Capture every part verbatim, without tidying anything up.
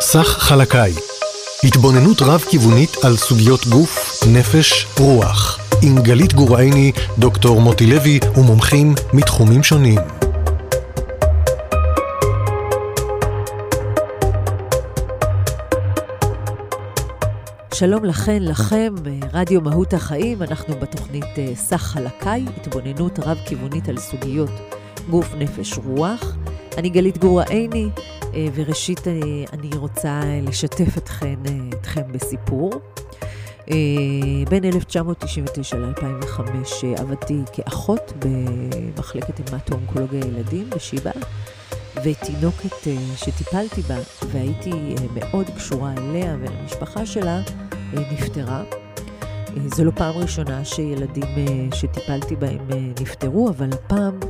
סך חלקי, התבוננות רב-כיוונית על סוגיות גוף, נפש, רוח, עם גלית גורעיני, דוקטור מוטי לוי ומומחים מתחומים שונים. שלום לכן, לכם, רדיו מהות החיים, אנחנו בתוכנית סך חלקי, התבוננות רב-כיוונית על סוגיות גוף, נפש, רוח. אני גלית גורעיני, וראשית אני רוצה לשתף אתכן, אתכם בסיפור. בין אלף תשע מאות תשעים ותשע ל-אלפיים וחמש עבדתי כאחות במחלקת המטו-אונקולוגיה ילדים בשיבא, ותינוקת שטיפלתי בה והייתי מאוד קשורה אליה ולמשפחה שלה נפטרה. זו לא פעם ראשונה שילדים שטיפלתי בהם נפטרו, אבל הפעם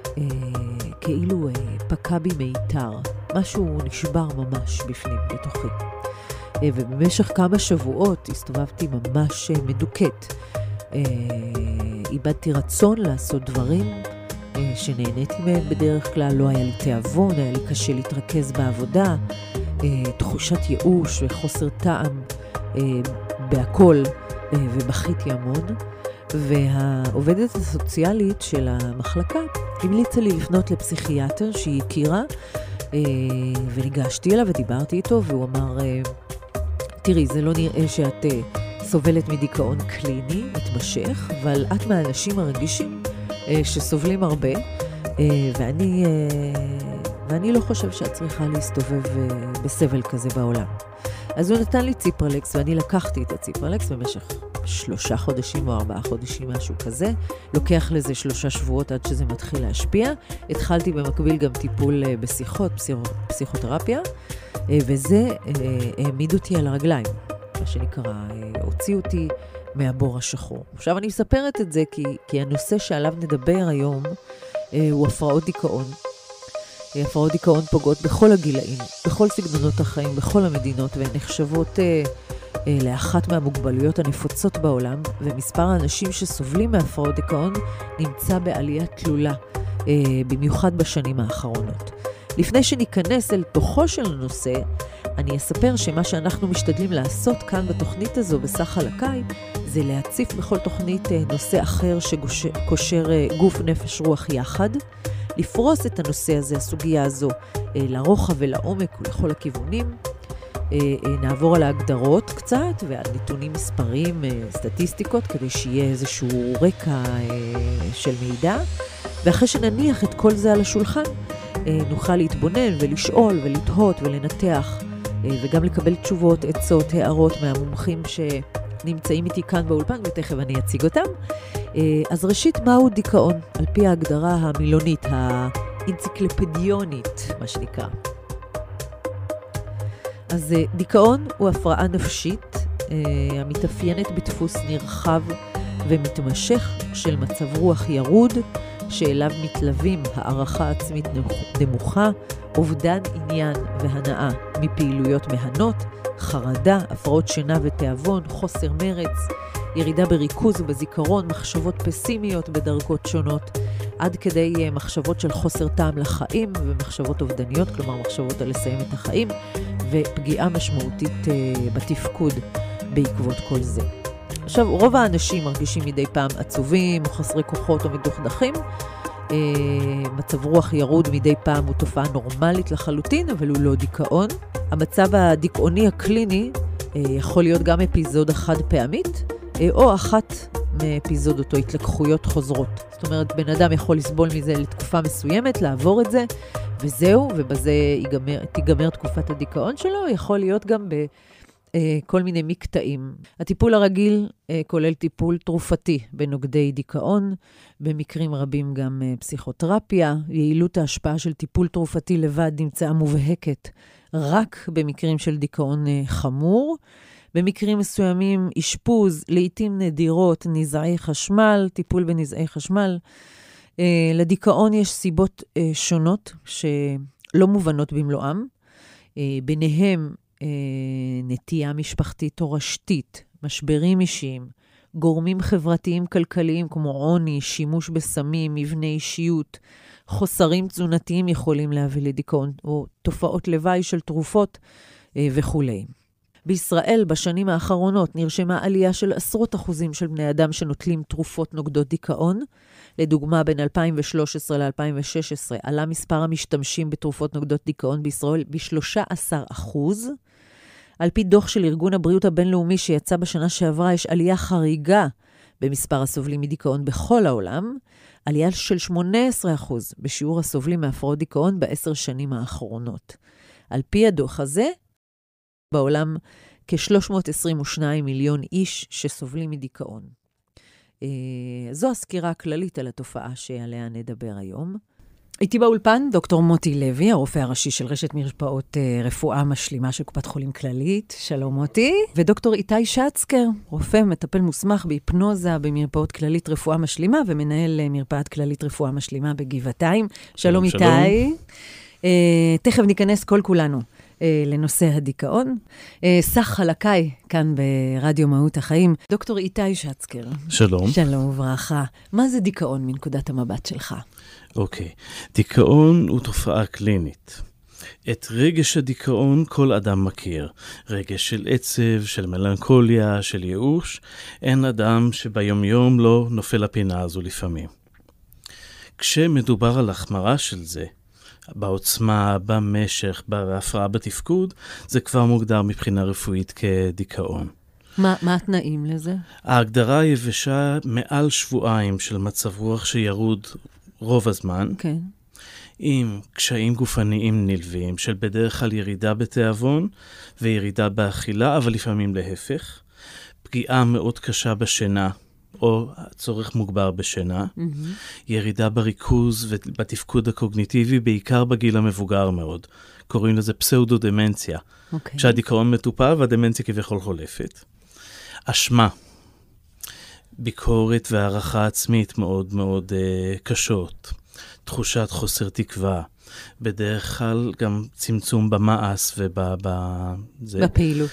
כאילו פקע בי מיתר, משהו נשבר ממש בפנים בתוכי. ובמשך כמה שבועות הסתובבתי ממש מדוקת. איבדתי רצון לעשות דברים שנהניתי מהם בדרך כלל, לא היה לי תיאבון, היה לי קשה להתרכז בעבודה, תחושת ייאוש וחוסר טעם בהכל, ובכיתי המון. והעובדת הסוציאלית של המחלקה המליצה לי לפנות לפסיכיאטר שהיא הכירה, וניגשתי אליו ודיברתי איתו, והוא אמר, תראי, זה לא נראה שאת סובלת מדיכאון קליני מתמשך, אבל את מהאנשים הרגישים שסובלים הרבה, ואני, ואני לא חושב שאת צריכה להסתובב בסבל כזה בעולם. אז הוא נתן לי ציפרלקס, ואני לקחתי את הציפרלקס במשך שלושה חודשים או ארבעה חודשים, משהו כזה. לוקח לזה שלושה שבועות עד שזה מתחיל להשפיע. התחלתי במקביל גם טיפול בשיחות, פסיכותרפיה, וזה העמיד אותי על הרגליים, מה שנקרא, הוציא אותי מהבור השחור. עכשיו אני מספרת את זה כי, כי הנושא שעליו נדבר היום הוא הפרעות דיכאון. הפרעות דיכאון פוגעות בכל הגילאים, בכל סגנונות החיים, בכל המדינות, והן נחשבות אה, אה, לאחת מהמוגבלויות הנפוצות בעולם, ומספר האנשים שסובלים מהפרעות דיכאון נמצא בעלייה תלולה, אה, במיוחד בשנים האחרונות. לפני שניכנס אל תוכו של הנושא, אני אספר שמה שאנחנו משתדלים לעשות כאן בתוכנית הזו בסך חלקי, זה להציף בכל תוכנית נושא אחר שקושר גוף, נפש, רוח יחד, לפרוס את הנושא הזה, הסוגיה הזו, לרוחב ולעומק ולכל הכיוונים. נעבור על ההגדרות קצת ועל נתונים מספרים, סטטיסטיקות, כדי שיהיה איזשהו רקע של מידע. ואחרי שנניח את כל זה על השולחן, נוכל להתבונן ולשאול ולתהות ולנתח, וגם לקבל תשובות, עצות, הערות מהמומחים שנמצאים איתי כאן באולפן, ותכף אני אציג אותם. אז ראשית, מהו דיכאון? על פי ההגדרה המילונית, האנציקלופדיונית, מה שנקרא. אז דיכאון הוא הפרעה נפשית המתאפיינת בדפוס נרחב ומתמשך של מצב רוח ירוד, שאליו מתלווים הערכה עצמית נמוכה, אובדן עניין והנאה מפעילויות מהנות, חרדה, הפרעות שינה ותיאבון, חוסר מרץ, ירידה בריכוז ובזיכרון, מחשבות פסימיות בדרגות שונות, עד כדי מחשבות של חוסר טעם לחיים ומחשבות אובדניות, כלומר מחשבות על לסיים את החיים, ופגיעה משמעותית בתפקוד בעקבות כל זה. עכשיו, רוב האנשים מרגישים מדי פעם עצובים, חסרי כוחות או מדוכדכים. מצב רוח ירוד מדי פעם הוא תופעה נורמלית לחלוטין, אבל הוא לא דיכאון. המצב הדיכאוני הקליני יכול להיות גם אפיזודה חד פעמית, או אחת מאפיזודות או התלקחויות חוזרות. זאת אומרת, בן אדם יכול לסבול מזה לתקופה מסוימת, לעבור את זה, וזהו, ובזה ייגמר, תיגמר תקופת הדיכאון שלו. יכול להיות גם ב... כל מיני מקטעים. הטיפול הרגיל כולל טיפול תרופתי בנוגדי דיכאון, במקרים רבים גם פסיכותרפיה. יעילות ההשפעה של טיפול תרופתי לבד נמצאה מובהקת רק במקרים של דיכאון חמור. במקרים מסוימים אשפוז, לעתים נדירות, נזעי חשמל, טיפול בנזעי חשמל. לדיכאון יש סיבות שונות שלא מובנות במלואם, ביניהם נטייה משפחתית תורשתית, משברים אישיים, גורמים חברתיים כלכליים כמו עוני, שימוש בסמים, מבנה אישיות, חוסרים תזונתיים יכולים להביא לדיכאון, או תופעות לוואי של תרופות וכו'. בישראל בשנים האחרונות נרשמה עלייה של עשרות אחוזים של בני אדם שנוטלים תרופות נוגדות דיכאון. לדוגמה, בין אלפיים ושלוש עשרה ל-אלפיים ושש עשרה עלה מספר המשתמשים בתרופות נוגדות דיכאון בישראל ב-שלושה עשר אחוז. על פי דוח של ארגון הבריאות הבינלאומי שיצא בשנה שעברה, יש עלייה חריגה במספר הסובלים מדיכאון בכל העולם, עלייה של שמונה עשרה אחוז בשיעור הסובלים מהפרעות דיכאון בעשר שנים האחרונות. על פי הדוח הזה, בעולם כ-שלוש מאות עשרים ושניים מיליון איש שסובלים מדיכאון. זו הסקירה הכללית על התופעה שעליה נדבר היום. איתי באולפן דוקטור מוטי לוי, הרופא הראשי של רשת מרפאות רפואה משלימה של קופת חולים כללית. שלום מוטי. ודוקטור איתי שצקר, רופא מטפל מוסמך בהיפנוזה במרפאות כללית רפואה משלימה, ומנהל מרפאת כללית רפואה משלימה בגבעתיים. שלום, שלום איתי. Uh, תכף ניכנס כל כולנו uh, לנושא הדיכאון. Uh, סך חלקאי כאן ברדיו מהות החיים. דוקטור איתי שצקר. שלום. שלום וברכה. מה זה דיכאון מנקודת המבט שלך? אוקיי. דיכאון הוא תופעה קלינית. את רגש הדיכאון כל אדם מכיר. רגש של עצב, של מלנכוליה, של ייאוש. אין אדם שביום יום לא נופל לפינה הזו לפעמים. כשמדובר על החמרה של זה, בעוצמה, במשך, בהפרעה בתפקוד, זה כבר מוגדר מבחינה רפואית כדיכאון. מה, מה התנאים לזה? ההגדרה היבשה מעל שבועיים של מצב רוח שירוד רוב הזמן, כן. עם קשיים גופניים נלווים של בדרך כלל ירידה בתיאבון וירידה באכילה, אבל לפעמים להפך. פגיעה מאוד קשה בשינה, או צורך מוגבר בשינה, mm-hmm. ירידה בריכוז ובתפקוד הקוגניטיבי, בעיקר בגיל המבוגר מאוד. קוראים לזה פסאודו-דמנציה. Okay. כשהדיכאון מטופל והדמנציה כביכול חולפת. אשמה, ביקורת והערכה עצמית מאוד מאוד uh, קשות. תחושת חוסר תקווה. בדרך כלל גם צמצום במעש ובפעילות.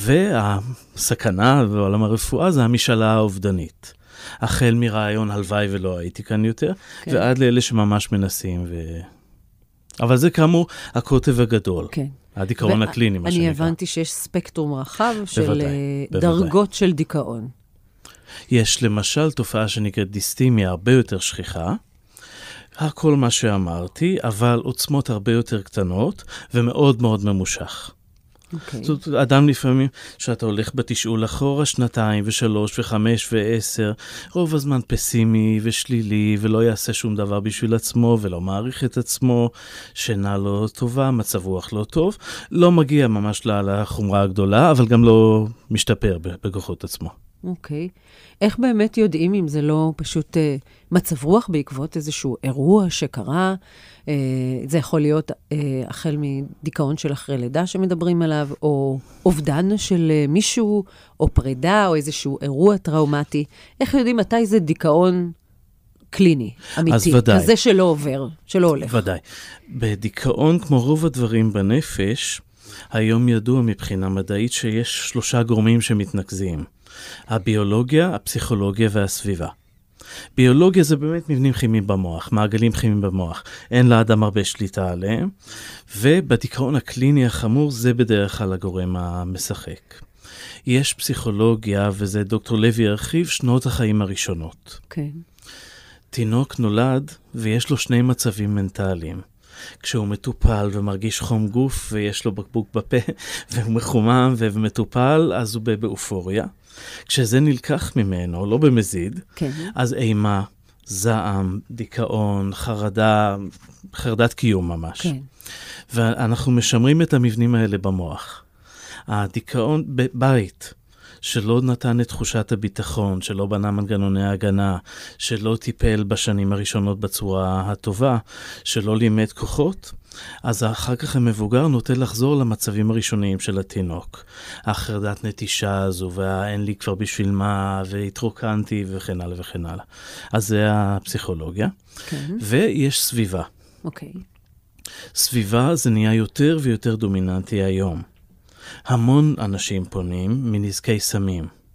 והסכנה בעולם הרפואה זה המשאלה האובדנית. החל מרעיון הלוואי ולא הייתי כאן יותר, כן. ועד לאלה שממש מנסים. ו... אבל זה כאמור הקוטב הגדול. כן. הדיכאון הקליני, מה שנקרא. אני הבנתי שיש ספקטרום רחב של בוודאי, דרגות בוודאי. של דיכאון. יש למשל תופעה שנקראת דיסטימיה הרבה יותר שכיחה, הכל מה שאמרתי, אבל עוצמות הרבה יותר קטנות ומאוד מאוד ממושך. Okay. זאת אדם לפעמים שאתה הולך בתשאול אחורה שנתיים ושלוש וחמש ועשר, רוב הזמן פסימי ושלילי ולא יעשה שום דבר בשביל עצמו ולא מעריך את עצמו, שינה לא טובה, מצב רוח לא טוב, לא מגיע ממש לחומרה הגדולה, אבל גם לא משתפר בכוחות עצמו. אוקיי. Okay. איך באמת יודעים אם זה לא פשוט אה, מצב רוח בעקבות איזשהו אירוע שקרה? אה, זה יכול להיות אה, החל מדיכאון של אחרי לידה שמדברים עליו, או אובדן של אה, מישהו, או פרידה, או איזשהו אירוע טראומטי. איך יודעים מתי זה דיכאון קליני, אמיתי? כזה שלא עובר, שלא הולך. ודאי. בדיכאון, כמו רוב הדברים בנפש, היום ידוע מבחינה מדעית שיש שלושה גורמים שמתנקזים. הביולוגיה, הפסיכולוגיה והסביבה. ביולוגיה זה באמת מבנים כימיים במוח, מעגלים כימיים במוח. אין לאדם הרבה שליטה עליהם, ובדיכאון הקליני החמור זה בדרך כלל הגורם המשחק. יש פסיכולוגיה, וזה דוקטור לוי ירחיב, שנות החיים הראשונות. כן. תינוק נולד ויש לו שני מצבים מנטליים. כשהוא מטופל ומרגיש חום גוף ויש לו בקבוק בפה והוא מחומם ומטופל, אז הוא באופוריה. כשזה נלקח ממנו, לא במזיד, כן. אז אימה, זעם, דיכאון, חרדה, חרדת קיום ממש. כן. ואנחנו משמרים את המבנים האלה במוח. הדיכאון בבית, שלא נתן את תחושת הביטחון, שלא בנה מנגנוני הגנה, שלא טיפל בשנים הראשונות בצורה הטובה, שלא לימד כוחות, אז אחר כך המבוגר נוטה לחזור למצבים הראשוניים של התינוק. החרדת נטישה הזו, והאין לי כבר בשביל מה, והתרוקנתי וכן הלאה וכן הלאה. אז זה הפסיכולוגיה. כן. ויש סביבה. אוקיי. סביבה זה נהיה יותר ויותר דומיננטי היום. המון אנשים פונים מנזקי סמים.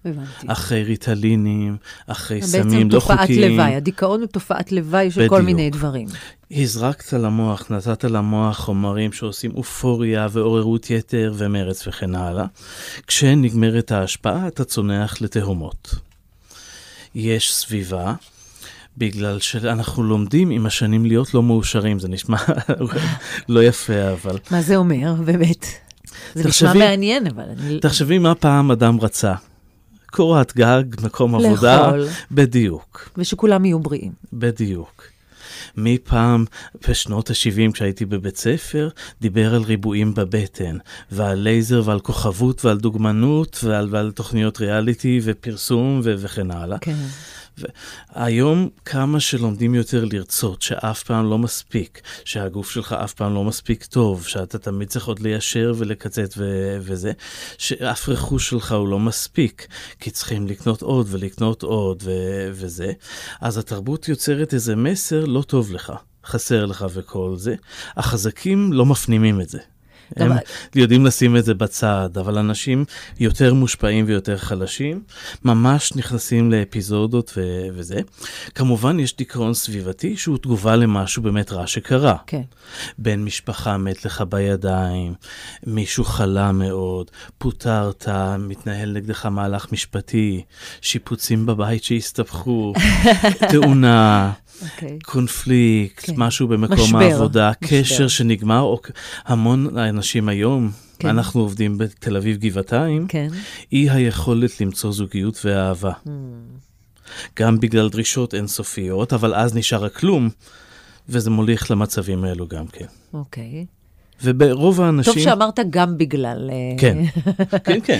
הבנתי. אחרי ריטלינים, אחרי סמים לא בעצם חוקיים. תופעת לוואי, הדיכאון הוא תופעת לוואי של כל מיני דברים. הזרקת למוח, נתת למוח חומרים שעושים אופוריה ועוררות יתר ומרץ וכן הלאה. כשנגמרת ההשפעה, אתה צונח לתהומות. יש סביבה, בגלל שאנחנו לומדים עם השנים להיות לא מאושרים, זה נשמע לא יפה, אבל... מה זה אומר, באמת? זה נשמע מעניין, אבל אני... תחשבי מה פעם אדם רצה. קורת גג, מקום עבודה, בדיוק. ושכולם יהיו בריאים. בדיוק. מפעם בשנות ה-שבעים כשהייתי בבית ספר, דיבר על ריבועים בבטן, ועל לייזר ועל כוכבות ועל דוגמנות ועל, ועל תוכניות ריאליטי ופרסום ו- וכן הלאה. כן. היום כמה שלומדים יותר לרצות, שאף פעם לא מספיק, שהגוף שלך אף פעם לא מספיק טוב, שאתה תמיד צריך עוד ליישר ולקצת ו- וזה, שאף רכוש שלך הוא לא מספיק, כי צריכים לקנות עוד ולקנות עוד ו- וזה, אז התרבות יוצרת איזה מסר לא טוב לך, חסר לך וכל זה, החזקים לא מפנימים את זה. הם יודעים לשים את זה בצד, אבל אנשים יותר מושפעים ויותר חלשים, ממש נכנסים לאפיזודות ו- וזה. כמובן יש דיכאון סביבתי שהוא תגובה למשהו באמת רע שקרה. כן. בן משפחה מת לך בידיים, מישהו חלה מאוד, פוטרת, מתנהל נגדך מהלך משפטי, שיפוצים בבית שהסתבכו, תאונה. Okay. קונפליקט, okay. משהו במקום משבר, העבודה, משבר. קשר שנגמר, או המון אנשים היום, okay. אנחנו עובדים בתל אביב גבעתיים, okay. היא היכולת למצוא זוגיות ואהבה. Mm. גם בגלל דרישות אינסופיות, אבל אז נשאר הכלום, וזה מוליך למצבים האלו גם כן. אוקיי. Okay. וברוב האנשים... טוב שאמרת גם בגלל... כן, כן, כן.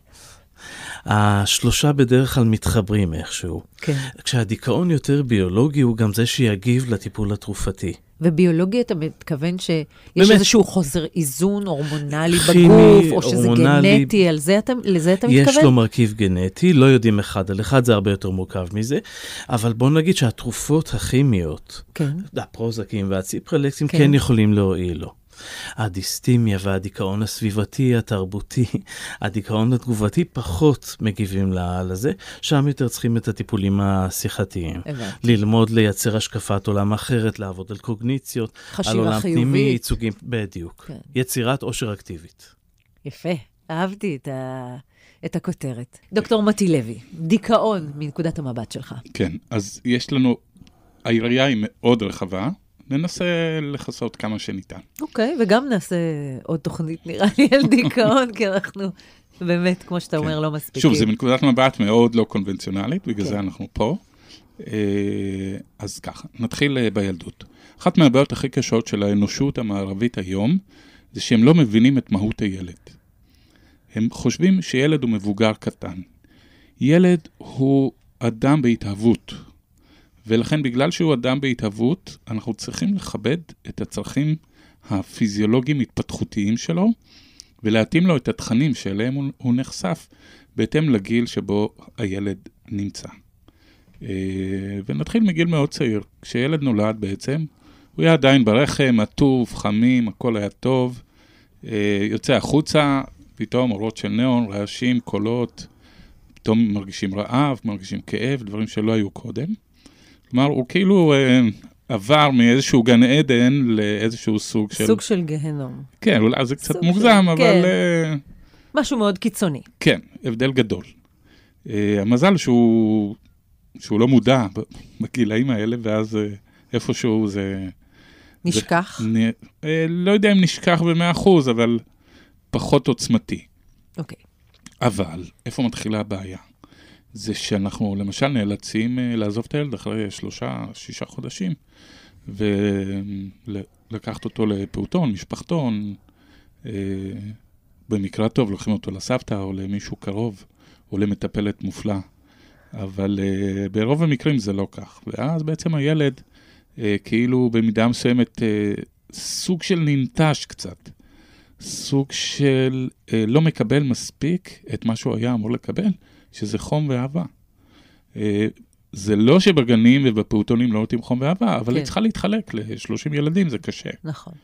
השלושה בדרך כלל מתחברים איכשהו. כן. כשהדיכאון יותר ביולוגי, הוא גם זה שיגיב לטיפול התרופתי. וביולוגי אתה מתכוון שיש באמת, איזשהו חוזר איזון הורמונלי כימי, בגוף, או שזה הורמונלי, גנטי, על זה אתה, לזה אתה יש מתכוון? יש לו מרכיב גנטי, לא יודעים אחד על אחד, זה הרבה יותר מורכב מזה, אבל בוא נגיד שהתרופות הכימיות, כן. הפרוזקים והציפרלקסים, כן. כן יכולים להועיל לו. הדיסטימיה והדיכאון הסביבתי, התרבותי, הדיכאון התגובתי פחות מגיבים לזה, שם יותר צריכים את הטיפולים השיחתיים. הבנתי. ללמוד לייצר השקפת עולם אחרת, לעבוד על קוגניציות, על עולם חיובית. פנימי, ייצוגים, בדיוק. כן. יצירת עושר אקטיבית. יפה, אהבתי את, ה... את הכותרת. דוקטור מוטי לוי, דיכאון מנקודת המבט שלך. כן, אז יש לנו, העירייה היא מאוד רחבה, ננסה לחסות כמה שניתן. אוקיי, וגם נעשה עוד תוכנית, נראה לי, על דיכאון, כי אנחנו באמת, כמו שאתה אומר, לא מספיקים. שוב, זה מנקודת מבט מאוד לא קונבנציונלית, בגלל זה אנחנו פה. אז ככה, נתחיל בילדות. אחת מהבעיות הכי קשות של האנושות המערבית היום, זה שהם לא מבינים את מהות הילד. הם חושבים שילד הוא מבוגר קטן. ילד הוא אדם בהתהוות. ולכן בגלל שהוא אדם בהתהוות, אנחנו צריכים לכבד את הצרכים הפיזיולוגיים התפתחותיים שלו, ולהתאים לו את התכנים שאליהם הוא, הוא נחשף, בהתאם לגיל שבו הילד נמצא. ונתחיל מגיל מאוד צעיר. כשילד נולד בעצם, הוא היה עדיין ברחם, עטוב, חמים, הכל היה טוב, יוצא החוצה, פתאום אורות של ניאון, רעשים, קולות, פתאום מרגישים רעב, מרגישים כאב, דברים שלא היו קודם. כלומר, הוא כאילו אה, עבר מאיזשהו גן עדן לאיזשהו סוג של... סוג של גהנום. כן, אולי זה קצת מוגזם, של... אבל... כן. אה... משהו מאוד קיצוני. כן, הבדל גדול. אה, המזל שהוא, שהוא לא מודע בגילאים האלה, ואז אה, איפשהו זה... נשכח? זה, נ... אה, לא יודע אם נשכח במאה אחוז, אבל פחות עוצמתי. אוקיי. אבל, איפה מתחילה הבעיה? זה שאנחנו למשל נאלצים לעזוב את הילד אחרי שלושה, שישה חודשים, ולקחת אותו לפעוטון, משפחתון, במקרה טוב לוקחים אותו לסבתא או למישהו קרוב, או למטפלת מופלא, אבל ברוב המקרים זה לא כך, ואז בעצם הילד כאילו במידה מסוימת סוג של ננטש קצת, סוג של לא מקבל מספיק את מה שהוא היה אמור לקבל, שזה חום ואהבה. זה לא שבגנים ובפעוטונים לא נותנים חום ואהבה, אבל היא צריכה להתחלק ל-שלושים ילדים, זה קשה. נכון.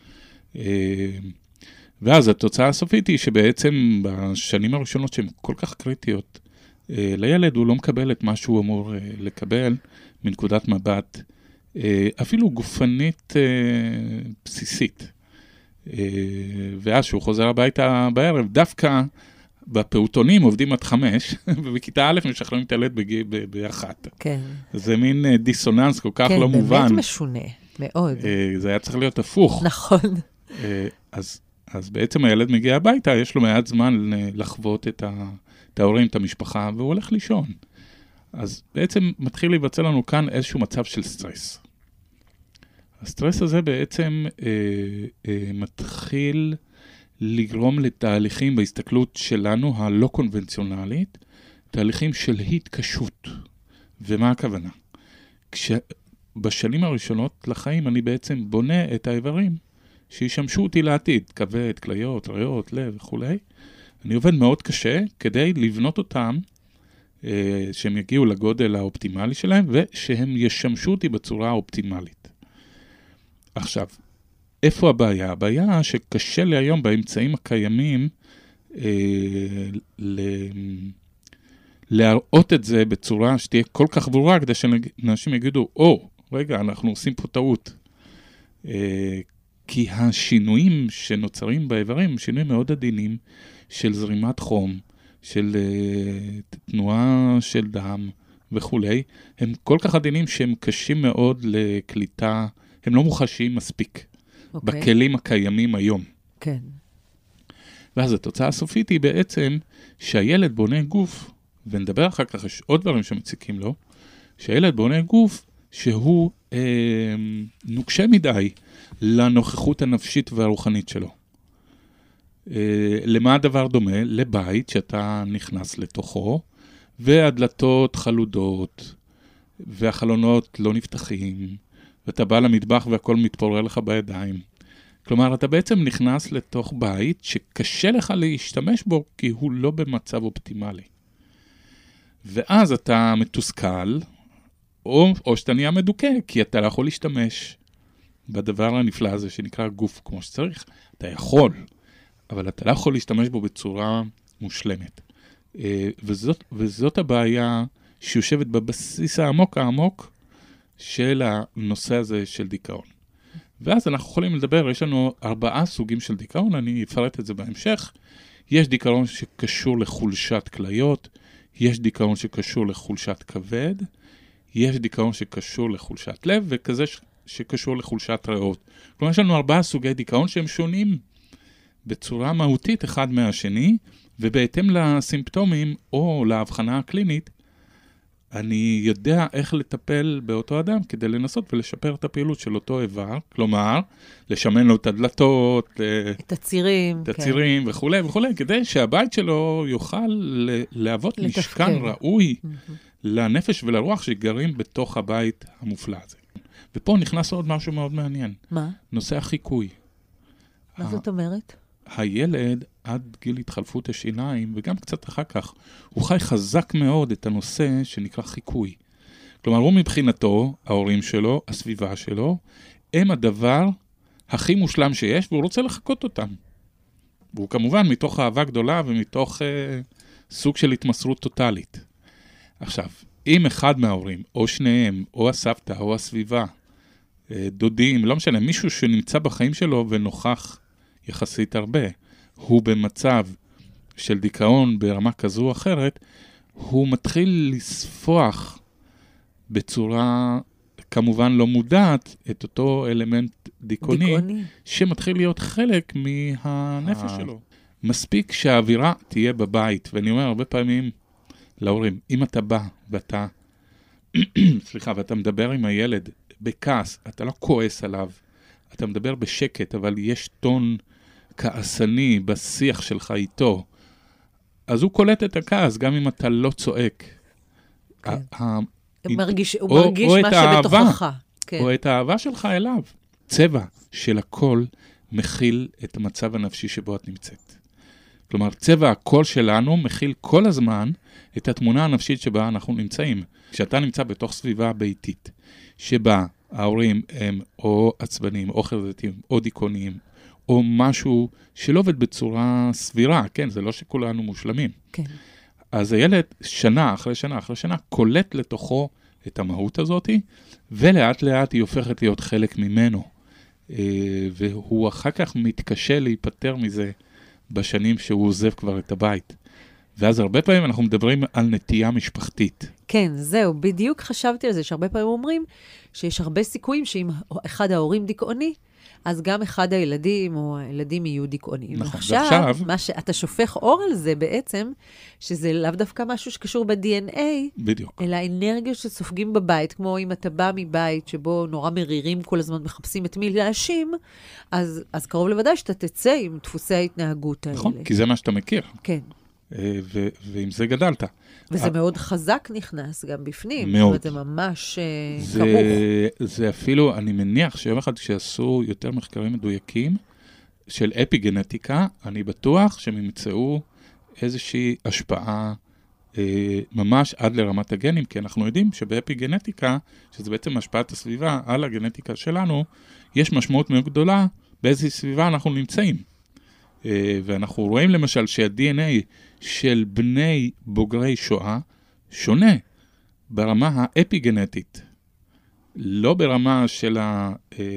ואז התוצאה הסופית היא שבעצם בשנים הראשונות שהן כל כך קריטיות, לילד הוא לא מקבל את מה שהוא אמור לקבל מנקודת מבט, אפילו גופנית בסיסית. ואז שהוא חוזר הביתה בערב, דווקא בפעוטונים עובדים עד חמש, ובכיתה א' משחררים את הילד באחת. כן. זה מין דיסוננס כל כך לא מובן. כן, באמת משונה, מאוד. זה היה צריך להיות הפוך. נכון. אז, אז בעצם הילד מגיע הביתה, יש לו מעט זמן לחוות את, ה, את ההורים, את המשפחה, והוא הולך לישון. אז בעצם מתחיל להיווצר לנו כאן איזשהו מצב של סטרס. הסטרס הזה בעצם אה, אה, מתחיל לגרום לתהליכים בהסתכלות שלנו הלא קונבנציונלית, תהליכים של התקשות. ומה הכוונה? כשבשנים הראשונות לחיים אני בעצם בונה את האיברים שישמשו אותי לעתיד, כבד, כליות, ריאות, לב וכו'. אני עובד מאוד קשה כדי לבנות אותם, אה, שהם יגיעו לגודל האופטימלי שלהם, ושהם ישמשו אותי בצורה האופטימלית. עכשיו, איפה הבעיה? הבעיה שקשה לי היום באמצעים הקיימים אה, ל... להראות את זה בצורה שתהיה כל כך ברורה, כדי שאנשים יגידו, או, רגע, אנחנו עושים פה טעות. אה, כי השינויים שנוצרים באיברים, הם שינויים מאוד עדינים של זרימת חום, של uh, תנועה של דם וכו'. הם כל כך עדינים שהם קשים מאוד לקליטה, הם לא מוחשיים מספיק okay. בכלים הקיימים היום. כן. ואז התוצאה הסופית היא בעצם שהילד בונה גוף, ונדבר אחר כך, יש עוד דברים שמציקים לו, שהילד בונה גוף שהוא אה, נוקשה מדי לנוכחות הנפשית והרוחנית שלו. אה, למה הדבר דומה? לבית שאתה נכנס לתוכו, והדלתות חלודות, והחלונות לא נפתחים, ואתה בא למטבח והכל מתפורר לך בידיים. כלומר, אתה בעצם נכנס לתוך בית שקשה לך להשתמש בו, כי הוא לא במצב אופטימלי. ואז אתה מתוסכל, או, או שאתה נהיה מדוכא, כי אתה לא יכול להשתמש בדבר הנפלא הזה שנקרא גוף כמו שצריך. אתה יכול, אבל אתה לא יכול להשתמש בו בצורה מושלמת. וזאת, וזאת הבעיה שיושבת בבסיס העמוק העמוק של הנושא הזה של דיכאון. ואז אנחנו יכולים לדבר, יש לנו ארבעה סוגים של דיכאון, אני אפרט את זה בהמשך. יש דיכאון שקשור לחולשת כליות, יש דיכאון שקשור לחולשת כבד, יש דיכאון שקשור לחולשת לב, וכזה שקשור לחולשת ריאות. כלומר, יש לנו ארבעה סוגי דיכאון שהם שונים בצורה מהותית אחד מהשני, ובהתאם לסימפטומים או להבחנה הקלינית, אני יודע איך לטפל באותו אדם כדי לנסות ולשפר את הפעילות של אותו איבר, כלומר, לשמן לו את הדלתות, את הצירים, את הצירים כן. וכו' וכו', כדי שהבית שלו יוכל להוות משכן ראוי mm-hmm. לנפש ולרוח שגרים בתוך הבית המופלא הזה. ופה נכנס עוד משהו מאוד מעניין. מה? נושא החיקוי. מה ה- זאת אומרת? הילד עד גיל התחלפות השיניים, וגם קצת אחר כך, הוא חי חזק מאוד את הנושא שנקרא חיקוי. כלומר, הוא מבחינתו, ההורים שלו, הסביבה שלו, הם הדבר הכי מושלם שיש, והוא רוצה לחכות אותם. והוא כמובן מתוך אהבה גדולה ומתוך אה, סוג של התמסרות טוטלית. עכשיו, אם אחד מההורים, או שניהם, או הסבתא, או הסביבה, אה, דודים, לא משנה, מישהו שנמצא בחיים שלו ונוכח יחסית הרבה, הוא במצב של דיכאון ברמה כזו או אחרת, הוא מתחיל לספוח בצורה כמובן לא מודעת את אותו אלמנט דיכאוני, דיכאוני. שמתחיל להיות חלק מהנפש שלו. מספיק שהאווירה תהיה בבית, ואני אומר הרבה פעמים להורים, אם אתה בא ואתה, סליחה, ואתה מדבר עם הילד בכעס, אתה לא כועס עליו, אתה מדבר בשקט, אבל יש טון כעסני בשיח שלך איתו, אז הוא קולט את הכעס, גם אם אתה לא צועק. כן. ה- מרגיש, הוא או, מרגיש או מה שבתוכך. כן. או את האהבה שלך אליו. צבע של הכל מכיל את המצב הנפשי שבו את נמצאת. כלומר, צבע הקול שלנו מכיל כל הזמן את התמונה הנפשית שבה אנחנו נמצאים. כשאתה נמצא בתוך סביבה ביתית, שבה ההורים הם או עצבנים, או חרדתיים, או דיכאוניים, או משהו שלא עובד בצורה סבירה, כן, זה לא שכולנו מושלמים. כן. אז הילד שנה אחרי שנה אחרי שנה קולט לתוכו את המהות הזאת, ולאט לאט היא הופכת להיות חלק ממנו. והוא אחר כך מתקשה להיפטר מזה בשנים שהוא עוזב כבר את הבית. ואז הרבה פעמים אנחנו מדברים על נטייה משפחתית. כן, זהו, בדיוק חשבתי על זה, שהרבה פעמים אומרים שיש הרבה סיכויים שאם אחד ההורים דיכאוני, אז גם אחד הילדים או הילדים יהיו דיכאוניים. נכון, עכשיו, ועכשיו... מה שאתה שופך אור על זה בעצם, שזה לאו דווקא משהו שקשור ב-די אן איי, בדיוק. אלא אנרגיה שסופגים בבית, כמו אם אתה בא מבית שבו נורא מרירים כל הזמן, מחפשים את מי להאשים, אז, אז קרוב לוודאי שאתה תצא עם דפוסי ההתנהגות האלה. נכון, כי זה מה שאתה מכיר. כן. ו- ועם זה גדלת. וזה מאוד חזק נכנס גם בפנים. מאוד. זאת אומרת, זה ממש זה, כרוך. זה אפילו, אני מניח שיום אחד כשעשו יותר מחקרים מדויקים של אפיגנטיקה, אני בטוח שהם ימצאו איזושהי השפעה אה, ממש עד לרמת הגנים, כי אנחנו יודעים שבאפיגנטיקה, שזה בעצם השפעת הסביבה על הגנטיקה שלנו, יש משמעות מאוד גדולה באיזו סביבה אנחנו נמצאים. אה, ואנחנו רואים למשל שה-די אן איי של בני בוגרי שואה שונה ברמה האפיגנטית, לא ברמה של ה...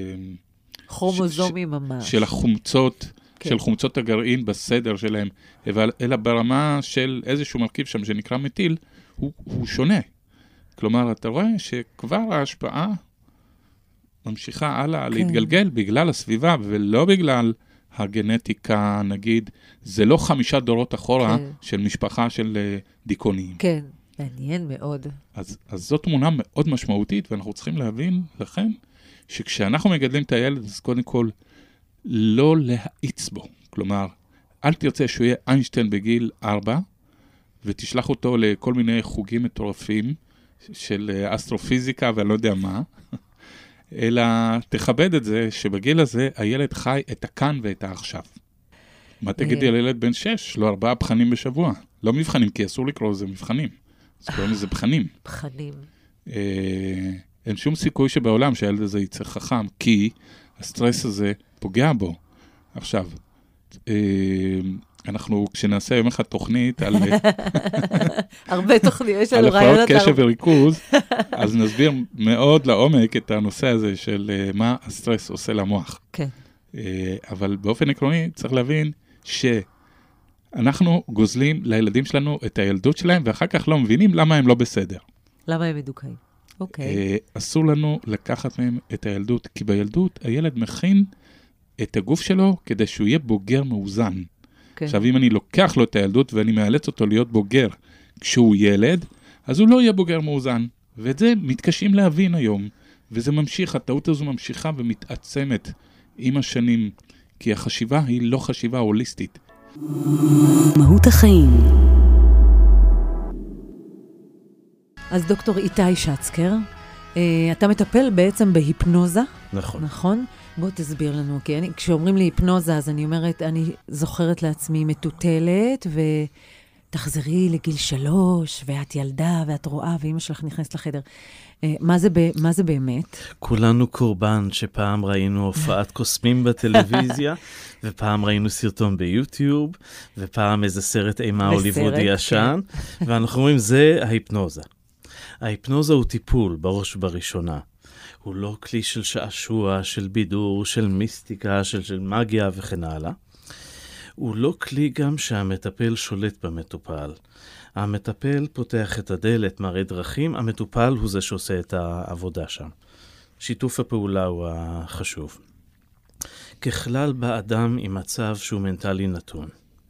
כרומוזומים ממש. של החומצות, כן. של חומצות הגרעין בסדר שלהם, אבל, אלא ברמה של איזשהו מרכיב שם שנקרא מטיל, הוא, הוא שונה. כלומר, אתה רואה שכבר ההשפעה ממשיכה הלאה כן. להתגלגל בגלל הסביבה, ולא בגלל הגנטיקה, נגיד, זה לא חמישה דורות אחורה כן. של משפחה של דיכאוניים. כן, מעניין מאוד. אז, אז זאת תמונה מאוד משמעותית, ואנחנו צריכים להבין, לכן, שכשאנחנו מגדלים את הילד, אז קודם כל, לא להאיץ בו. כלומר, אל תרצה שהוא יהיה איינשטיין בגיל ארבע, ותשלח אותו לכל מיני חוגים מטורפים, של אסטרופיזיקה ואני לא יודע מה, אלא תכבד את זה שבגיל הזה הילד חי את הכאן ואת העכשיו. מה תגידי על ילד בן שש? לא ארבעה בחנים בשבוע. לא מבחנים, כי אסור לקרוא לזה מבחנים. אז קוראים לזה בחנים. בחנים. אין שום סיכוי שבעולם שהילד הזה יצא חכם, כי הסטרס הזה פוגע בו. עכשיו, אנחנו, כשנעשה יום אחד תוכנית על... הרבה תוכניות, יש לנו רעיונות... על הפרעות קשב וריכוז, אז נסביר מאוד לעומק את הנושא הזה של מה הסטרס עושה למוח. כן. אבל באופן עקרוני צריך להבין שאנחנו גוזלים לילדים שלנו את הילדות שלהם, ואחר כך לא מבינים למה הם לא בסדר. למה הם מדוכאים? אוקיי. אסור לנו לקחת מהם את הילדות, כי בילדות הילד מכין את הגוף שלו כדי שהוא יהיה בוגר מאוזן. כן. עכשיו, אם אני לוקח לו את הילדות ואני מאלץ אותו להיות בוגר כשהוא ילד, אז הוא לא יהיה בוגר מאוזן. ואת זה מתקשים להבין היום. וזה ממשיך, הטעות הזו ממשיכה ומתעצמת עם השנים, כי החשיבה היא לא חשיבה הוליסטית. מהות החיים. אז דוקטור איתי שצקר, אתה מטפל בעצם בהיפנוזה. נכון. נכון? בוא תסביר לנו, כי אני, כשאומרים לי היפנוזה, אז אני אומרת, אני זוכרת לעצמי מטוטלת, ותחזרי לגיל שלוש, ואת ילדה, ואת רואה, ואמא שלך נכנסת לחדר. מה זה, מה זה באמת? כולנו קורבן שפעם ראינו הופעת קוסמים בטלוויזיה, ופעם ראינו סרטון ביוטיוב, ופעם איזה סרט אימה הוליוודי ישן, ואנחנו אומרים, זה ההיפנוזה. ההיפנוזה הוא טיפול, בראש ובראשונה. הוא לא כלי של שעשוע, של בידור, של מיסטיקה, של, של מגיה וכן הלאה. הוא לא כלי גם שהמטפל שולט במטופל. המטפל פותח את הדלת, מראה דרכים, המטופל הוא זה שעושה את העבודה שם. שיתוף הפעולה הוא החשוב. ככלל באדם עם מצב שהוא מנטלי נתון.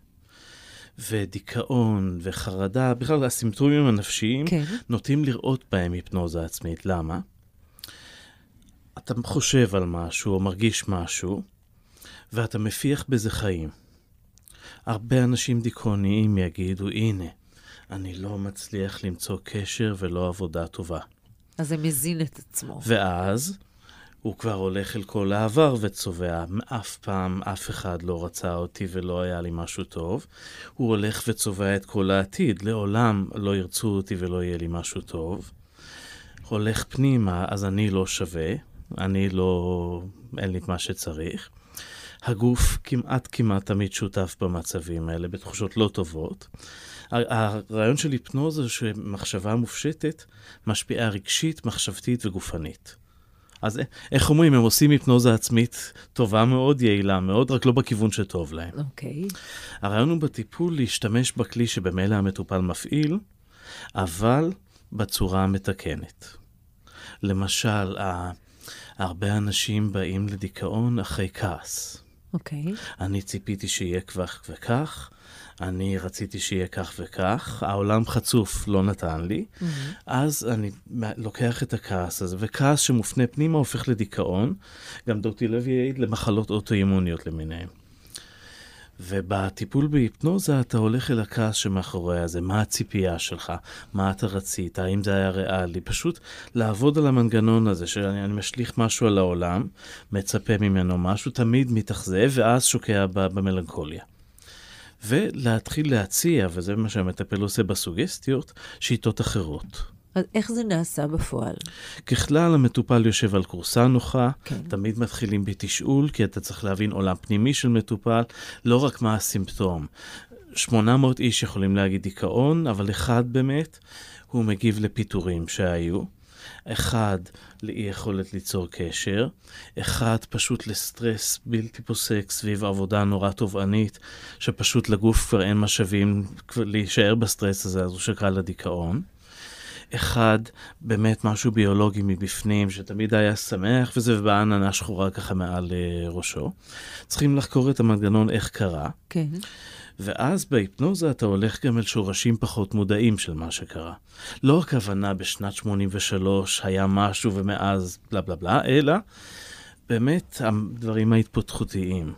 ודיכאון וחרדה, בכלל הסימפטומים הנפשיים, כן. נוטים לראות בהם היפנוזה עצמית. למה? אתה חושב על משהו או מרגיש משהו, ואתה מפיח בזה חיים. הרבה אנשים דיכאוניים יגידו, הנה, אני לא מצליח למצוא קשר ולא עבודה טובה. אז זה מזין את עצמו. ואז הוא כבר הולך אל כל העבר וצובע. אף פעם אף אחד לא רצה אותי ולא היה לי משהו טוב. הוא הולך וצובע את כל העתיד. לעולם לא ירצו אותי ולא יהיה לי משהו טוב. הולך פנימה, אז אני לא שווה. אני לא... אין לי את מה שצריך. הגוף כמעט כמעט תמיד שותף במצבים האלה, בתחושות לא טובות. הרעיון של היפנוזה שמחשבה מופשטת משפיעה רגשית, מחשבתית וגופנית. אז איך אומרים, הם עושים היפנוזה עצמית טובה מאוד, יעילה מאוד, רק לא בכיוון שטוב להם. אוקיי. Okay. הרעיון הוא בטיפול להשתמש בכלי שבמילא המטופל מפעיל, אבל בצורה המתקנת. למשל, הרבה אנשים באים לדיכאון אחרי כעס. אוקיי. Okay. אני ציפיתי שיהיה כך וכך, אני רציתי שיהיה כך וכך, העולם חצוף לא נתן לי, mm-hmm. אז אני לוקח את הכעס הזה, וכעס שמופנה פנימה הופך לדיכאון, גם דוקטור לוי יעיד למחלות אוטואימוניות למיניהם. ובטיפול בהיפנוזה אתה הולך אל הכעס שמאחורי הזה, מה הציפייה שלך, מה אתה רצית, האם זה היה ריאלי, פשוט לעבוד על המנגנון הזה, שאני משליך משהו על העולם, מצפה ממנו משהו, תמיד מתאכזב, ואז שוקע במלנכוליה. ולהתחיל להציע, וזה מה שהמטפל עושה בסוגסטיות, שיטות אחרות. אז איך זה נעשה בפועל? ככלל, המטופל יושב על קורסה נוחה, כן. תמיד מתחילים בתשאול, כי אתה צריך להבין עולם פנימי של מטופל, לא רק מה הסימפטום. שמונה מאות איש יכולים להגיד דיכאון, אבל אחד באמת, הוא מגיב לפיטורים שהיו. אחד, לאי יכולת ליצור קשר. אחד, פשוט לסטרס בלתי פוסק סביב עבודה נורא תובענית, שפשוט לגוף כבר אין משאבים להישאר בסטרס הזה, אז הוא שקרא לדיכאון. אחד, באמת משהו ביולוגי מבפנים, שתמיד היה שמח, וזה ובאה עננה שחורה ככה מעל ראשו. צריכים לחקור את המנגנון איך קרה. כן. ואז בהיפנוזה אתה הולך גם אל שורשים פחות מודעים של מה שקרה. לא הכוונה בשנת שמונים ושלוש היה משהו ומאז בלה בלה בלה, אלא באמת הדברים ההתפתחותיים.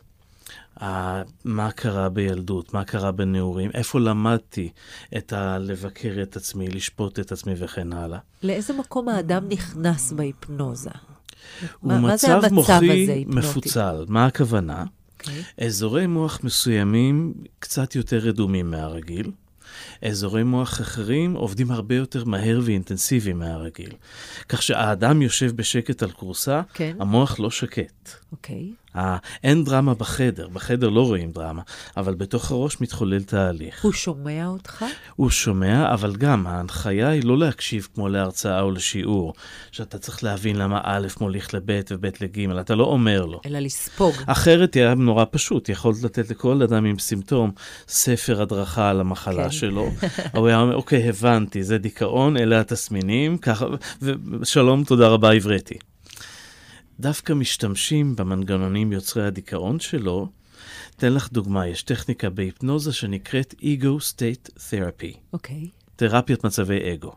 מה קרה בילדות, מה קרה בנעורים, איפה למדתי את ה- לבקר את עצמי, לשפוט את עצמי וכן הלאה. לאיזה מקום האדם נכנס בהיפנוזה? הוא מה, מה זה מצב המצב מוחי הזה, היפנוטי? מפוצל. מה הכוונה? Okay. אזורי מוח מסוימים קצת יותר רדומים מהרגיל. אזורי מוח אחרים עובדים הרבה יותר מהר ואינטנסיבי מהרגיל. כך שהאדם יושב בשקט על קורסה, כן. המוח לא שקט. אוקיי. אה, אין דרמה בחדר, בחדר לא רואים דרמה, אבל בתוך הראש מתחולל תהליך. הוא שומע אותך? הוא שומע, אבל גם ההנחיה היא לא להקשיב כמו להרצאה או לשיעור, שאתה צריך להבין למה א' מוליך לב' וב' לג', אתה לא אומר לו. אלא לספוג. אחרת היה נורא פשוט, יכולת לתת לכל אדם עם סימפטום ספר הדרכה על המחלה כן. שלו. הוא היה אומר, אוקיי, הבנתי, זה דיכאון, אלה התסמינים, ככה, ושלום, תודה רבה, עברתי. דווקא משתמשים במנגנונים יוצרי הדיכאון שלו. תן לך דוגמה, יש טכניקה בהיפנוזה שנקראת Ego State Therapy. אוקיי. תרפיית מצבי אגו.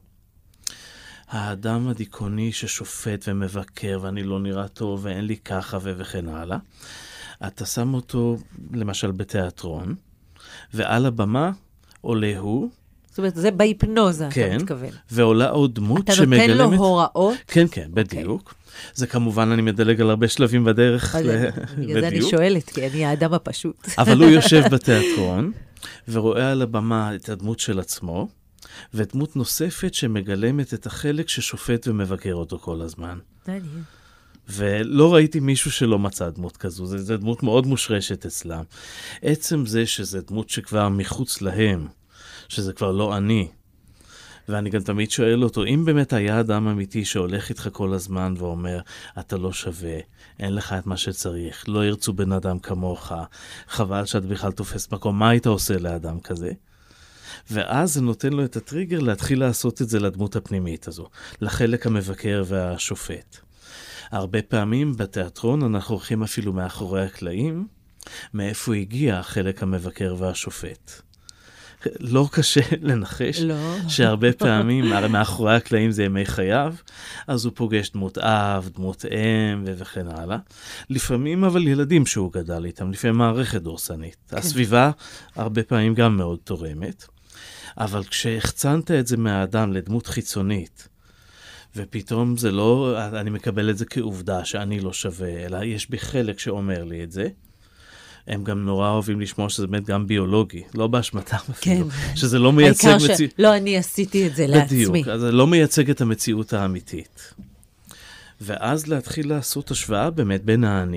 האדם הדיכאוני ששופט ומבקר ואני לא נראה טוב ואין לי ככה וכן הלאה. אתה שם אותו למשל בתיאטרון, ועל הבמה עולה הוא. זאת אומרת, זה בהיפנוזה, כן, אתה מתכוון. ועולה עוד דמות אתה שמגלמת... נותן לו הוראות? כן, כן, בדיוק. Okay. זה כמובן, אני מדלג על הרבה שלבים בדרך. ל... בגלל זה אני שואלת, כי אני האדם הפשוט. אבל הוא יושב בתיאטרון, ורואה על הבמה את הדמות של עצמו, ודמות נוספת שמגלמת את החלק ששופט ומבקר אותו כל הזמן. מעניין. ולא ראיתי מישהו שלא מצא דמות כזו, זו, זו דמות מאוד מושרשת אצלם. עצם זה שזה דמות שכבר מחוץ להם, שזה כבר לא אני, ואני גם תמיד שואל אותו, אם באמת היה אדם אמיתי שהולך איתך כל הזמן ואומר, אתה לא שווה, אין לך את מה שצריך, לא ירצו בן אדם כמוך, חבל שאת בכלל תופס מקום, מה היית עושה לאדם כזה? ואז זה נותן לו את הטריגר להתחיל לעשות את זה לדמות הפנימית הזו, לחלק המבקר והשופט. הרבה פעמים בתיאטרון אנחנו הולכים אפילו מאחורי הקלעים, מאיפה הגיע החלק המבקר והשופט. לא קשה לנחש, לא. שהרבה פעמים, הרי מאחורי הקלעים זה ימי חייו, אז הוא פוגש דמות אב, דמות אם וכן הלאה. לפעמים אבל ילדים שהוא גדל איתם, לפעמים מערכת דורסנית. כן. הסביבה הרבה פעמים גם מאוד תורמת, אבל כשהחצנת את זה מהאדם לדמות חיצונית, ופתאום זה לא, אני מקבל את זה כעובדה שאני לא שווה, אלא יש בי חלק שאומר לי את זה, הם גם נורא אוהבים לשמוע שזה באמת גם ביולוגי, לא באשמתם אפילו, כן. שזה לא מייצג מציאות. מציאות. לא, אני עשיתי את זה לעצמי. בדיוק, אז זה לא מייצג את המציאות האמיתית. ואז להתחיל לעשות השוואה באמת בין האני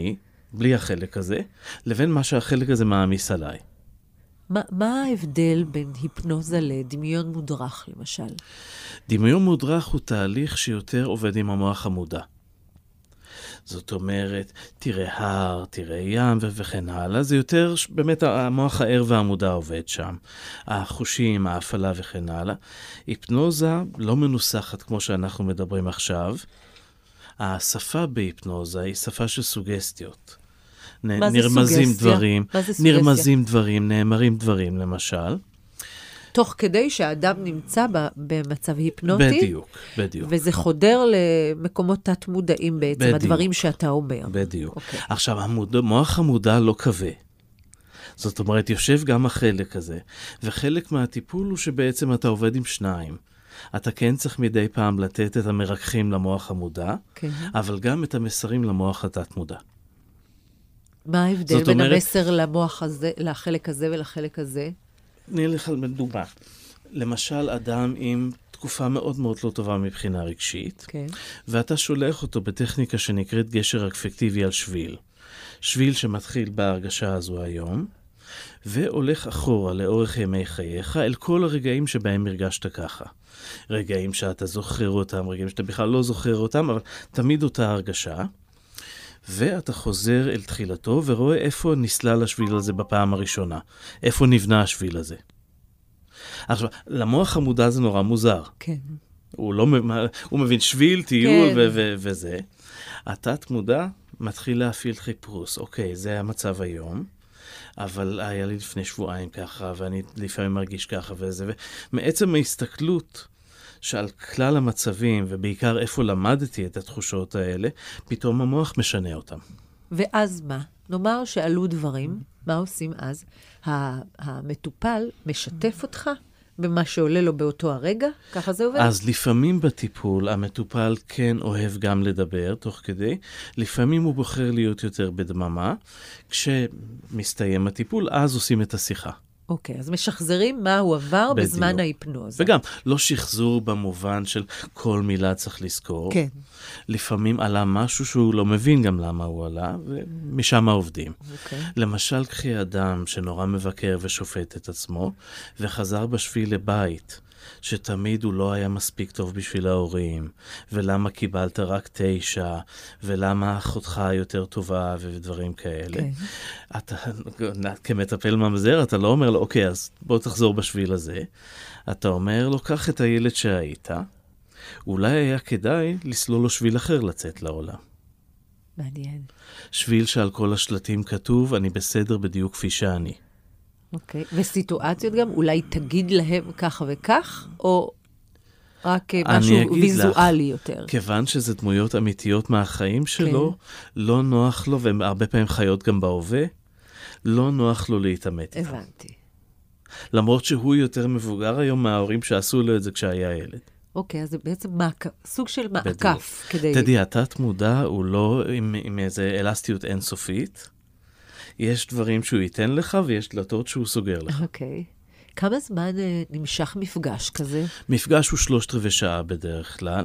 בלי החלק הזה, לבין מה שהחלק הזה מעמיס עליי. מה, מה ההבדל בין היפנוזה לדמיון מודרך, למשל? דמיון מודרך הוא תהליך שיותר עובד עם המוח המודע. זאת אומרת, תראה הר, תראה ים ו- וכן הלאה. זה יותר, באמת המוח הער והמודע עובד שם. החושים, ההפעלה וכן הלאה. היפנוזה לא מנוסחת כמו שאנחנו מדברים עכשיו. השפה בהיפנוזה היא שפה של סוגסטיות. נ- מה זה נרמזים סוגסטיה? דברים, מה זה סוגסטיה? נרמזים דברים, נאמרים דברים למשל. תוך כדי שהאדם נמצא ב- במצב היפנוטי, בדיוק, בדיוק. וזה חודר למקומות תת-מודעים בעצם, בדיוק. הדברים שאתה אומר. בדיוק. אוקיי. עכשיו, המוד... מוח המודע לא כבה. זאת אומרת, יושב גם החלק הזה, וחלק מהטיפול הוא שבעצם אתה עובד עם שניים. אתה כן צריך מדי פעם לתת את המרככים למוח המודע, כן. אבל גם את המסרים למוח התת-מודע. מה ההבדל זאת בין אומרת- המסר למוח הזה, לחלק הזה ולחלק הזה? נלך על דוגמה. למשל, אדם עם תקופה מאוד מאוד לא טובה מבחינה רגשית, כן. ואתה שולח אותו בטכניקה שנקראת גשר אפקטיבי על שביל. שביל שמתחיל בהרגשה הזו היום, והולך אחורה לאורך ימי חייך אל כל הרגעים שבהם הרגשת ככה. רגעים שאתה זוכר אותם, רגעים שאתה בכלל לא זוכר אותם, אבל תמיד אותה הרגשה. ואתה חוזר אל תחילתו ורואה איפה נסלל השביל הזה בפעם הראשונה. איפה נבנה השביל הזה. עכשיו, למוח המודע זה נורא מוזר. כן. הוא, לא, הוא מבין שביל, טיול כן. ו- ו- וזה. התת מודע מתחיל להפעיל חיפוש. אוקיי, זה המצב היום, אבל היה לי לפני שבועיים ככה, ואני לפעמים מרגיש ככה וזה. ומעצם ההסתכלות שעל כלל המצבים, ובעיקר איפה למדתי את התחושות האלה, פתאום המוח משנה אותם. ואז מה? נאמר שעלו דברים, מה עושים אז? ה- המטופל משתף אותך במה שעולה לו באותו הרגע? ככה זה עובד? אז לפעמים בטיפול המטופל כן אוהב גם לדבר תוך כדי, לפעמים הוא בוחר להיות יותר בדממה, כשמסתיים הטיפול אז עושים את השיחה. אוקיי, אז משחזרים מה הוא עבר בדיוק. בזמן ההיפנוזה. וגם לא שחזור במובן של כל מילה צריך לזכור. כן. לפעמים עלה משהו שהוא לא מבין גם למה הוא עלה, ומשם העובדים. אוקיי. למשל, קחי אדם שנורא מבקר ושופט את עצמו, וחזר בשביל לבית, שתמיד הוא לא היה מספיק טוב בשביל ההורים, ולמה קיבלת רק תשע, ולמה אחותך יותר טובה, ודברים כאלה. כן. אתה, כמטפל ממזר, אתה לא אומר לו, אוקיי, אז בוא תחזור בשביל הזה. אתה אומר לו, קח את הילד שהיית, אולי היה כדאי לסלול לו שביל אחר לצאת לעולם. מעניין. שביל שעל כל השלטים כתוב, אני בסדר בדיוק כפי שאני. אוקיי. וסיטואציות גם, אולי תגיד להם כך וכך, או רק אה, אני משהו אגיד ויזואלי לך, יותר? כיוון שזה דמויות אמיתיות מהחיים שלו, לא נוח לו, והן הרבה פעמים חיות גם בהווה, לא נוח לו להתאמת איתם. הבנתי. למרות שהוא יותר מבוגר היום מההורים שעשו לו את זה כשהיה ילד. אוקיי, אז זה בעצם מעק- סוג של בדיוק. מעקף. כדי... תדעי, התת מודע הוא לא עם, עם איזה אלסטיות אינסופית. יש דברים שהוא ייתן לך, ויש דלתות שהוא סוגר לך. אוקיי. כמה זמן אה, נמשך מפגש כזה? מפגש הוא שלושת רבעי שעה בדרך כלל.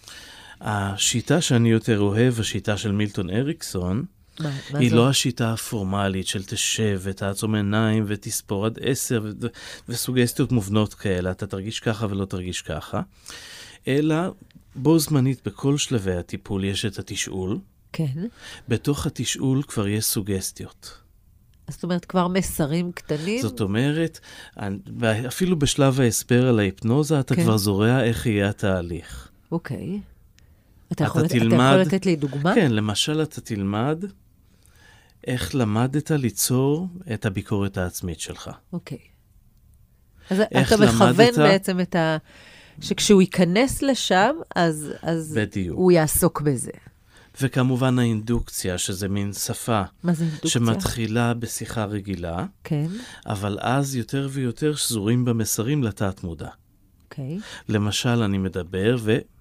השיטה שאני יותר אוהב, השיטה של מילטון אריקסון, מה, מה היא זו? לא השיטה הפורמלית של תשב ותעצום עיניים ותספור עד עשר ו- וסוגסטיות מובנות כאלה, אתה תרגיש ככה ולא תרגיש ככה, אלא בו זמנית בכל שלבי הטיפול יש את התשאול, כן. בתוך התשאול כבר יש סוגסטיות. זאת אומרת, כבר מסרים קטנים? זאת אומרת, אפילו בשלב ההסבר על ההיפנוזה, אתה כן. כבר זורע איך יהיה התהליך. אוקיי. אתה אתה יכול, תלמד- אתה יכול לתת לי דוגמה? כן, למשל אתה תלמד איך למדת ליצור את הביקורת העצמית שלך. אוקיי. אז איך אתה מכוון למדת? בעצם את ה... שכשהוא ייכנס לשם, אז, אז בדיוק. הוא יעסוק בזה. וכמובן האינדוקציה, שזה מין שפה מה זה אינדוקציה? שמתחילה בשיחה רגילה, כן, אבל אז יותר ויותר שזורים במסרים לתת מודע. אוקיי. למשל, אני מדבר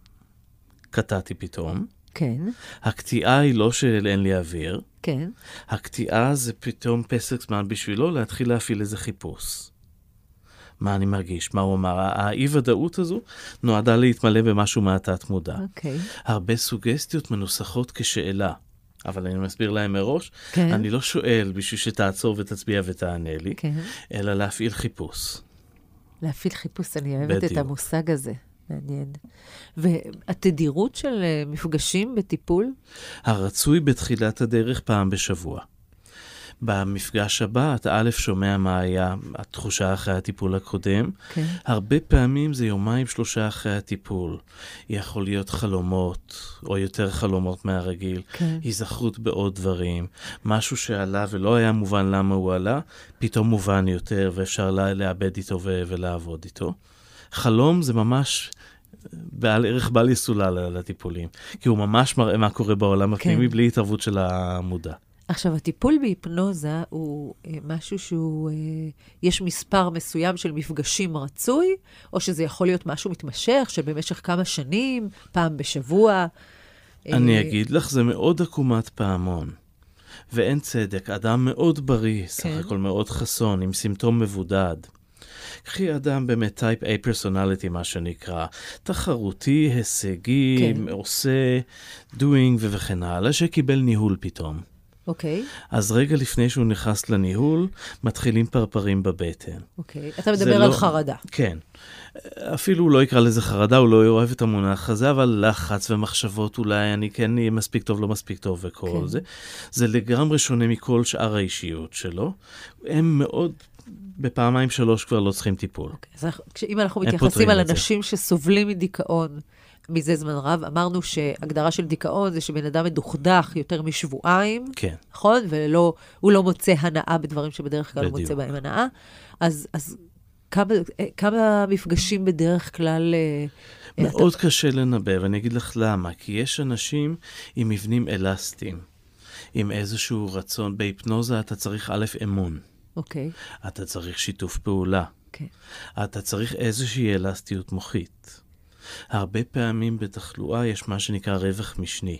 וקטעתי פתאום. כן, הקטיעה היא לא שאין לי אוויר, כן. הקטיעה זה פתאום פסק זמן בשבילו להתחיל להפעיל איזה חיפוש. מה אני מרגיש, מה הוא אמר. האי-ודאות הזו נועדה להתמלא במשהו מהתת מודע. אוקיי. הרבה סוגסטיות מנוסחות כשאלה. אבל אני מסביר להם מראש, כן. אני לא שואל בשביל שתעצור ותצביע ותענה לי, כן. אלא להפעיל חיפוש. להפעיל חיפוש, אני אוהבת בדיוק. את המושג הזה. מעניין. והתדירות של מפגשים בטיפול? הרצוי בתחילת הדרך פעם בשבוע. במפגש הבא, אתה א' שומע מה היה התחושה אחרי הטיפול הקודם. כן. הרבה פעמים זה יומיים שלושה אחרי הטיפול. יכול להיות חלומות, או יותר חלומות מהרגיל. כן. היזכרות בעוד דברים. משהו שעלה ולא היה מובן למה הוא עלה, פתאום מובן יותר, ואפשר לאבד איתו ו- ולעבוד איתו. חלום זה ממש בעל ערך בל יסולל על הטיפולים. כי הוא ממש מראה מה קורה בעולם הפנימי, בלי התערבות של המודע. עכשיו, הטיפול בהיפנוזה הוא אה, משהו שהוא, אה, יש מספר מסוים של מפגשים רצוי, או שזה יכול להיות משהו מתמשך, שבמשך כמה שנים, פעם בשבוע. אני אה, אגיד לך, זה מאוד עקומת פעמון. ואין צדק, אדם מאוד בריא, סך כן. הכל מאוד חסון, עם סימפטום מבודד. קחי אדם באמת טייפ A פרסונליטי, מה שנקרא, תחרותי, הישגי, כן. עושה, doing וכן הלאה, שקיבל ניהול פתאום. אוקיי, אז רגע לפני שהוא נכנס לניהול, מתחילים פרפרים בבטן. אוקיי. אתה זה מדבר לא- על חרדה. כן. אפילו הוא לא יקרא לזה חרדה, הוא לא אוהב את המונח הזה, אבל לחץ ומחשבות אולי, אני כן אהיה מספיק טוב, לא מספיק טוב וכל כן. זה. זה לגמרי שונה מכל שאר האישיות שלו. הם מאוד, בפעמיים שלוש כבר לא צריכים טיפול. אוקיי. אז אנחנו- אם אנחנו הם מתייחסים פותרים על את זה. אנשים שסובלים מדיכאון מזה זמן רב, אמרנו שהגדרה של דיכאון זה שבן אדם מדוכדך יותר משבועיים, כן. נכון? ולא, הוא לא מוצא הנאה בדברים שבדרך כלל הוא בדיוק. מוצא בהם הנאה. אז, אז כמה, כמה מפגשים בדרך כלל... אה, מאוד קשה לנבא, ואני אגיד לך למה. כי יש אנשים עם מבנים אלסטיים, עם איזשהו רצון. בהיפנוזה אתה צריך א' אמון. אוקיי, אתה צריך שיתוף פעולה. כן. אתה צריך איזושהי אלסטיות מוחית. הרבה פעמים בתחלואה יש מה שנקרא רווח משני.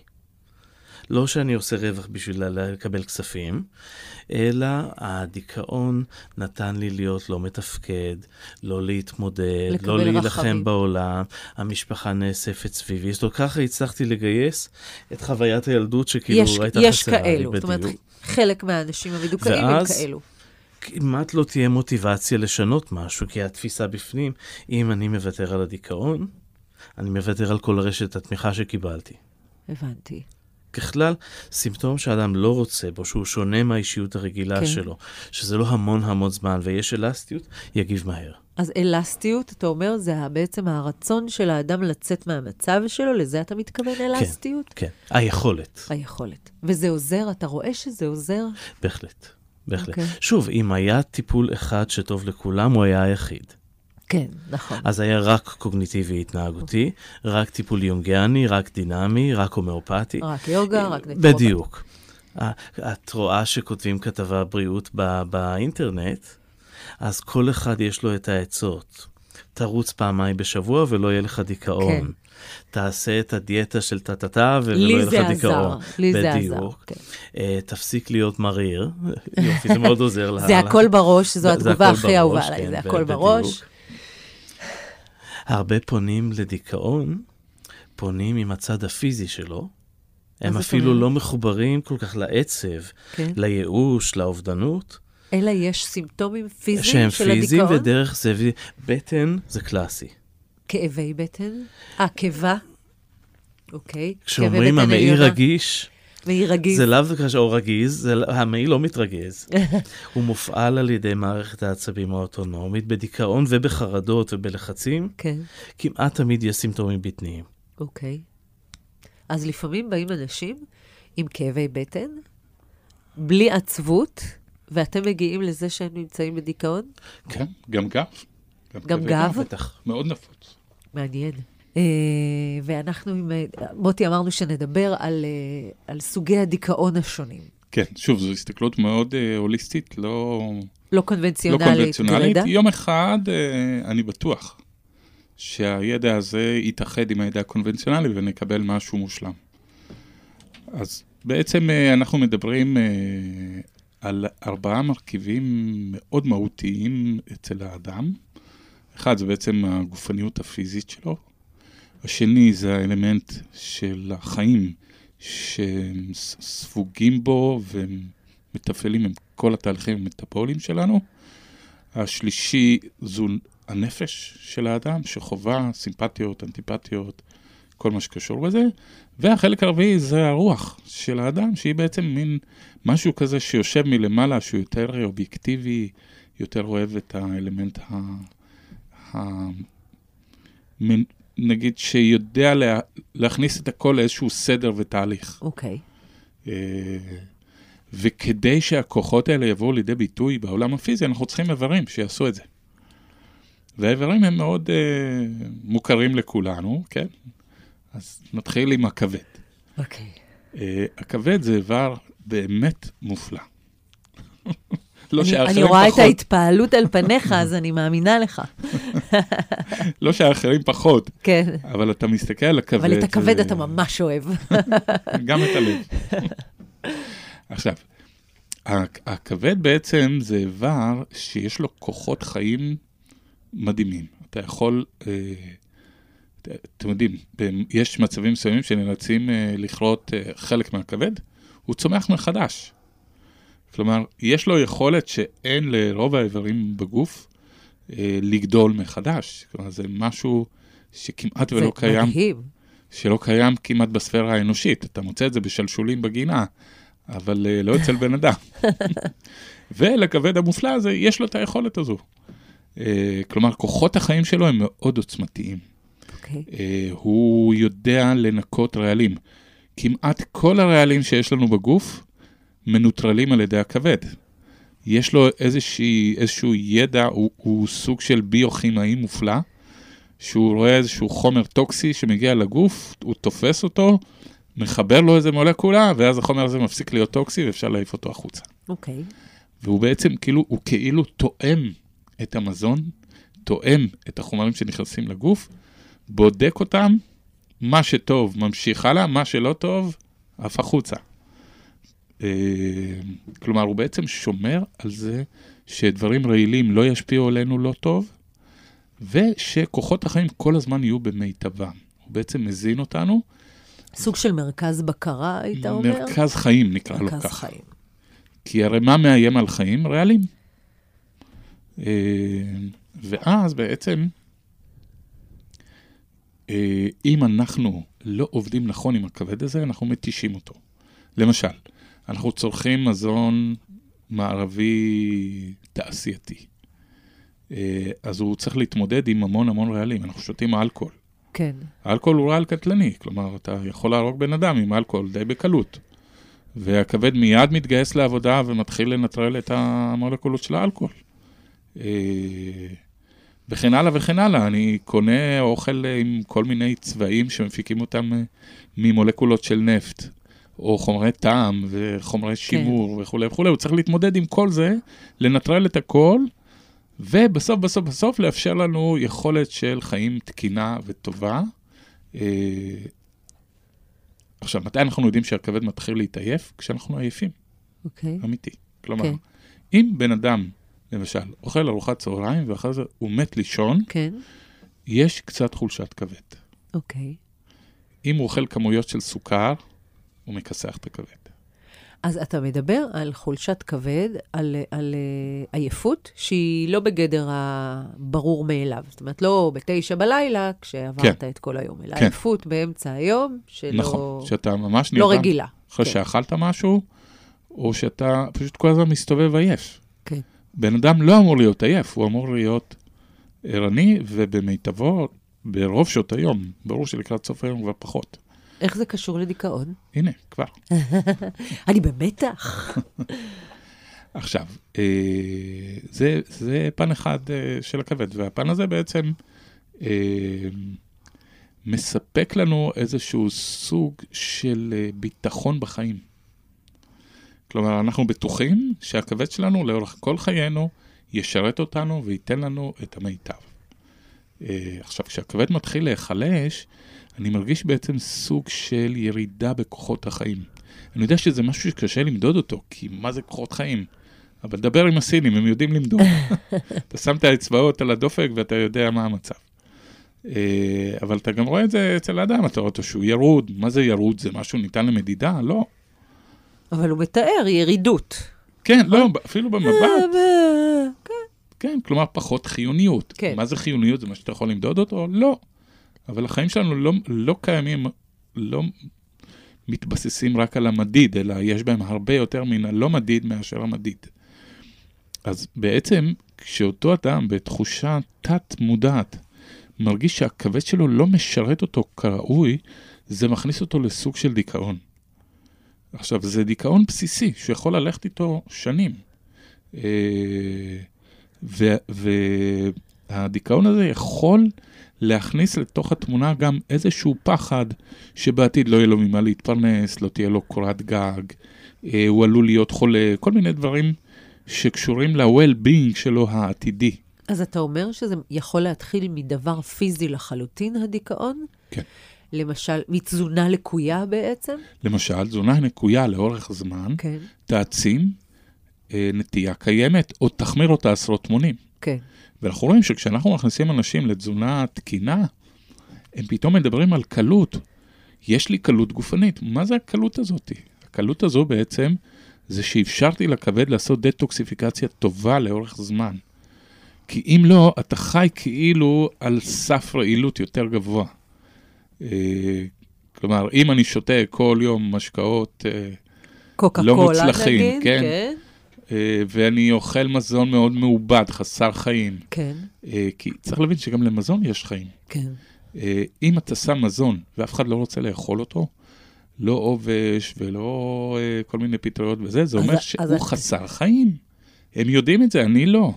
לא שאני עושה רווח בשביל לקבל כספים, אלא הדיכאון נתן לי להיות לא מתפקד, לא להתמודד, לא לקבל להילחם רחמים. בעולם, המשפחה נאספת סביבי. זאת אומרת, ככה הצלחתי לגייס את חוויית הילדות שכאילו יש, הייתה יש חסרה לי כאלו, בדיוק. זאת אומרת, חלק מהאנשים המדוכאים הם ואז- כאלו. כמעט לא תהיה מוטיבציה לשנות משהו, כי התפיסה בפנים, אם אני מוותר על הדיכאון, אני מוותר על כל רשת התמיכה שקיבלתי. הבנתי. ככלל, סימפטום שאדם לא רוצה בו, שהוא שונה מהאישיות הרגילה כן. שלו, שזה לא המון המון זמן ויש אלסטיות, יגיב מהר. אז אלסטיות, אתה אומר, זה בעצם הרצון של האדם לצאת מהמצב שלו, לזה אתה מתכוון אלסטיות? כן, היכולת, היכולת. וזה עוזר? אתה רואה שזה עוזר? בהחלט. בהחלט. אוקיי. שוב, אם היה טיפול אחד שטוב לכולם, הוא היה היחיד. כן, נכון. אז היה רק קוגניטיבי התנהגותי, רק טיפול יונגיאני, רק דינמי, רק הומאופתי. רק יוגה, רק נטורופתי. בדיוק. את רואה שכותבים כתבה בריאות בא, באינטרנט, אז כל אחד יש לו את העצות. תרוץ פעמיים בשבוע ולא יהיה לך דיכאון. כן. תעשה את הדיאטה של טטטה ולא לי יהיה זה לך דיכאון. עזר, לי זה עזר. בדיוק. כן. אה, תפסיק להיות מריר. יופי, זה מאוד עוזר לה. זה הכל בראש, זו זה התגובה הכל הכי אהובה בראש, עליי, כן, זה ב- הכל בדיוק. בראש. הרבה פונים לדיכאון, פונים עם הצד הפיזי שלו. הם זאת אפילו אומרת? לא מחוברים כל כך לעצב, כן. לייאוש, לאובדנות. אלא יש סימפטומים פיזיים שהם של פיזיים, הדיכאון? ודרך זה, בטן זה קלאסי. כאבי בטן? אה, קיבה? אוקיי. כשאומרים כאבי בטן המעי עליונה. רגיש, מעי רגיז. זה לאו דווקא או רגיז, זה, המעי לא מתרגז. הוא מופעל על ידי מערכת העצבים האוטונומית, בדיכאון ובחרדות ובלחצים, כן, כמעט תמיד יש סימפטומים בטניים. אוקיי. אז לפעמים באים אנשים עם כאבי בטן, בלי עצבות, ואתם מגיעים לזה שהם נמצאים בדיכאון? כן, גם גב. גם כאבי גב? בטח. מאוד נפוץ. מעניין. אה, ואנחנו עם... אה, מוטי אמרנו שנדבר על, אה, על סוגי הדיכאון השונים. כן, שוב, זו הסתכלות מאוד אה, הוליסטית, לא, לא לא קונבנציונלית. קונבנציונלית. גרידא? יום אחד אה, אני בטוח שהידע הזה יתאחד עם הידע הקונבנציונלי ונקבל משהו מושלם. אז בעצם אה, אנחנו מדברים אה, על ארבעה מרכיבים מאוד מהותיים אצל האדם. אחד זה בעצם הגופניות הפיזית שלו. השני זה האלמנט של החיים שספוגים בו ומטפלים עם כל התהליכים המטאבוליים שלנו. השלישי זו הנפש של האדם, שחובה, סימפתיות, אנטיפתיות, כל מה שקשור בזה. והחלק הרביעי זה הרוח של האדם, שהיא בעצם מין משהו כזה שיושב מלמעלה, שהוא יותר אובייקטיבי, יותר אוהב את האלמנט ה... ה... נגיד שיודע לה... להכניס את הכל לאיזשהו סדר ותהליך. אוקיי. Okay. וכדי שהכוחות האלה יבואו לידי ביטוי בעולם הפיזי, אנחנו צריכים איברים שיעשו את זה. והאיברים הם מאוד uh, מוכרים לכולנו, כן? אז נתחיל עם הכבד. אוקיי. Okay. Uh, הכבד זה איבר באמת מופלא. לא אני, אני רואה פחות. את ההתפעלות על פניך, אז אני מאמינה לך. לא שהאחרים פחות. כן. אבל אתה מסתכל על הכבד. אבל את הכבד ו... אתה ממש אוהב. גם את הלב. עכשיו, הכבד בעצם זה איבר שיש לו כוחות חיים מדהימים. אתה יכול, אתם יודעים, יש מצבים מסוימים שנאלצים לכרות חלק מהכבד, הוא צומח מחדש. כלומר, יש לו יכולת שאין לרוב האיברים בגוף לגדול מחדש. כלומר, זה משהו שכמעט ולא קיים. זה מדהים. שלא קיים כמעט בספירה האנושית. אתה מוצא את זה בשלשולים בגינה, אבל לא אצל בן אדם. ולכבד המופלא הזה, יש לו את היכולת הזו. כלומר, כוחות החיים שלו הם מאוד עוצמתיים. Okay. הוא יודע לנקות רעלים. כמעט כל הרעלים שיש לנו בגוף, מנוטרלים על ידי הכבד. יש לו איזשהו, איזשהו ידע, הוא, הוא סוג של ביוכימאי מופלא, שהוא רואה איזשהו חומר טוקסי שמגיע לגוף, הוא תופס אותו, מחבר לו איזה מולקולה, ואז החומר הזה מפסיק להיות טוקסי, ואפשר להעיף אותו החוצה. אוקיי. Okay. והוא בעצם כאילו, הוא כאילו תואם את המזון, תואם את החומרים שנכנסים לגוף, בודק אותם, מה שטוב ממשיך הלאה, מה שלא טוב, אף החוצה. כלומר, הוא בעצם שומר על זה שדברים רעילים לא ישפיעו עלינו לא טוב, ושכוחות החיים כל הזמן יהיו במיטבם. הוא בעצם מזין אותנו. סוג של מרכז בקרה, היית אומר? מרכז חיים נקרא לו ככה. מרכז חיים. כי הרי מה מאיים על חיים? רעלים. ואז בעצם, אם אנחנו לא עובדים נכון עם הכבד הזה, אנחנו מתישים אותו. למשל, אנחנו צורכים מזון מערבי תעשייתי. אז הוא צריך להתמודד עם המון המון רעלים. אנחנו שותים אלכוהול. כן. האלכוהול הוא רעל קטלני, כלומר, אתה יכול להרוג בן אדם עם אלכוהול די בקלות. והכבד מיד מתגייס לעבודה ומתחיל לנטרל את המולקולות של האלכוהול. וכן הלאה וכן הלאה. אני קונה אוכל עם כל מיני צבעים שמפיקים אותם ממולקולות של נפט. או חומרי טעם וחומרי שימור כן. וכו' וכו'. הוא צריך להתמודד עם כל זה, לנטרל את הכל, ובסוף בסוף בסוף לאפשר לנו יכולת של חיים תקינה וטובה. עכשיו, מתי אנחנו יודעים שהכבד מתחיל להתעייף? כשאנחנו עייפים. אוקיי. אמיתי. כלומר, כן. אם בן אדם, למשל, אוכל ארוחת צהריים, ואחרי זה הוא מת לישון, כן. יש קצת חולשת כבד. אוקיי. אם הוא אוכל כמויות של סוכר, הוא מכסח את הכבד. אז אתה מדבר על חולשת כבד, על, על uh, עייפות, שהיא לא בגדר הברור מאליו. זאת אומרת, לא בתשע בלילה, כשעברת כן. את כל היום, אלא כן. עייפות באמצע היום, שלא נכון, שאתה ממש לא רגילה. אחרי כן. שאכלת משהו, או שאתה פשוט כל הזמן מסתובב עייף. כן. בן אדם לא אמור להיות עייף, הוא אמור להיות ערני, ובמיטבו, ברוב שעות היום, ברור שלקראת סוף היום כבר פחות. איך זה קשור לדיכאון? הנה, כבר. אני במתח. עכשיו, זה, זה פן אחד של הכבד, והפן הזה בעצם מספק לנו איזשהו סוג של ביטחון בחיים. כלומר, אנחנו בטוחים שהכבד שלנו לאורך כל חיינו ישרת אותנו וייתן לנו את המיטב. עכשיו, כשהכבד מתחיל להיחלש, אני מרגיש בעצם סוג של ירידה בכוחות החיים. אני יודע שזה משהו שקשה למדוד אותו, כי מה זה כוחות חיים? אבל דבר עם הסינים, הם יודעים למדוד. אתה שם את האצבעות על הדופק ואתה יודע מה המצב. אבל אתה גם רואה את זה אצל האדם, אתה רואה אותו שהוא ירוד. מה זה ירוד? זה משהו ניתן למדידה? לא. אבל הוא מתאר ירידות. כן, לא, אפילו במבט. כן, כלומר פחות חיוניות. מה זה חיוניות? זה מה שאתה יכול למדוד אותו? לא. אבל החיים שלנו לא, לא קיימים, לא מתבססים רק על המדיד, אלא יש בהם הרבה יותר מן הלא מדיד מאשר המדיד. אז בעצם, כשאותו אדם בתחושה תת מודעת, מרגיש שהכבד שלו לא משרת אותו כראוי, זה מכניס אותו לסוג של דיכאון. עכשיו, זה דיכאון בסיסי, שיכול ללכת איתו שנים. והדיכאון הזה יכול להכניס לתוך התמונה גם איזשהו פחד, שבעתיד לא יהיה לו ממה להתפרנס, לא תהיה לו קורת גג, הוא עלול להיות חולה, כל מיני דברים שקשורים ל-well-being שלו העתידי. אז אתה אומר שזה יכול להתחיל מדבר פיזי לחלוטין, הדיכאון? כן. למשל, מתזונה לקויה בעצם? למשל, תזונה לקויה לאורך זמן, כן. תעצים אה, נטייה קיימת, או תחמיר אותה עשרות מונים. כן. ואנחנו רואים שכשאנחנו מכניסים אנשים לתזונה תקינה, הם פתאום מדברים על קלות. יש לי קלות גופנית. מה זה הקלות הזאת? הקלות הזו בעצם זה שאפשרתי לכבד לעשות דטוקסיפיקציה טובה לאורך זמן. כי אם לא, אתה חי כאילו על סף רעילות יותר גבוה. כלומר, אם אני שותה כל יום משקאות לא מוצלחים, נגיד, כן? כן. ואני אוכל מזון מאוד מעובד, חסר חיים. כן. כי צריך להבין שגם למזון יש חיים. כן. אם אתה שם מזון ואף אחד לא רוצה לאכול אותו, לא עובש ולא כל מיני פטריות וזה, זה אומר שהוא חסר חיים. הם יודעים את זה, אני לא.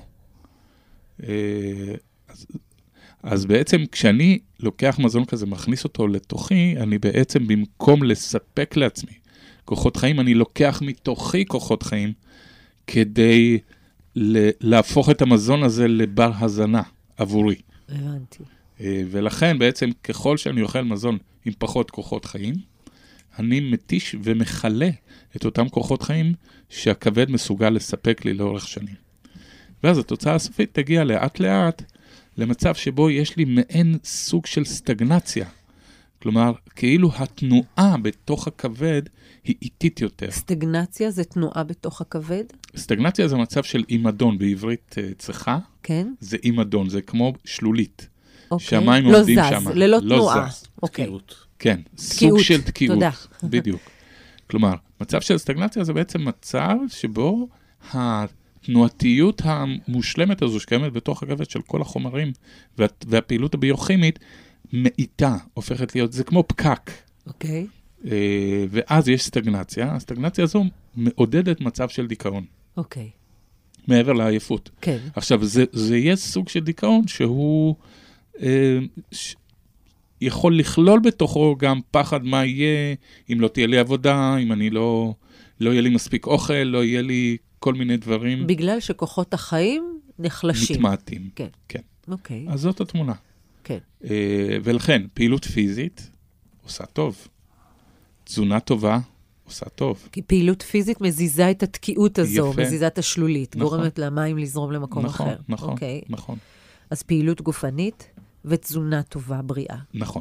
אז, אז בעצם כשאני לוקח מזון כזה, מכניס אותו לתוכי, אני בעצם במקום לספק לעצמי כוחות חיים, אני לוקח מתוכי כוחות חיים, כדי להפוך את המזון הזה לבר הזנה עבורי. הבנתי. ולכן בעצם ככל שאני אוכל מזון עם פחות כוחות חיים, אני מתיש ומחלה את אותם כוחות חיים שהכבד מסוגל לספק לי לאורך שנים. ואז התוצאה הסופית תגיע לאט לאט למצב שבו יש לי מעין סוג של סטגנציה. כלומר, כאילו התנועה בתוך הכבד היא איטית יותר. סטגנציה זה תנועה בתוך הכבד? סטגנציה זה מצב של אימדון בעברית צחה. כן. זה אימדון, זה כמו שלולית. אוקיי. שהמים לא עומדים זז, שם. ללא לא תנועה. זז. אוקיי. תקיעות. כן, תקיעות. סוג של תקיעות. תודה. בדיוק. כלומר, מצב של סטגנציה זה בעצם מצב שבו התנועתיות המושלמת הזו שקיימת בתוך הכבד של כל החומרים וה, והפעילות הביוכימית מאיתה, הופכת להיות, זה כמו פקק. אוקיי. אה, ואז יש סטגנציה, הסטגנציה הזו מעודדת מצב של דיכאון. אוקיי. מעבר לעייפות. כן. עכשיו, זה, זה יהיה סוג של דיכאון שהוא אה, ש, יכול לכלול בתוכו גם פחד מה יהיה, אם לא תהיה לי עבודה, אם אני לא, לא יהיה לי מספיק אוכל, לא יהיה לי כל מיני דברים. בגלל שכוחות החיים נחלשים. מתמעטים. כן. כן. אוקיי. אז זאת התמונה. כן. אה, ולכן, פעילות פיזית עושה טוב. תזונה טובה עושה טוב. כי פעילות פיזית מזיזה את התקיעות הזו, יפה. מזיזה את השלולית, נכון. גורמת למים לזרום למקום נכון, אחר. נכון, אוקיי. נכון. אז פעילות גופנית ותזונה טובה בריאה. נכון.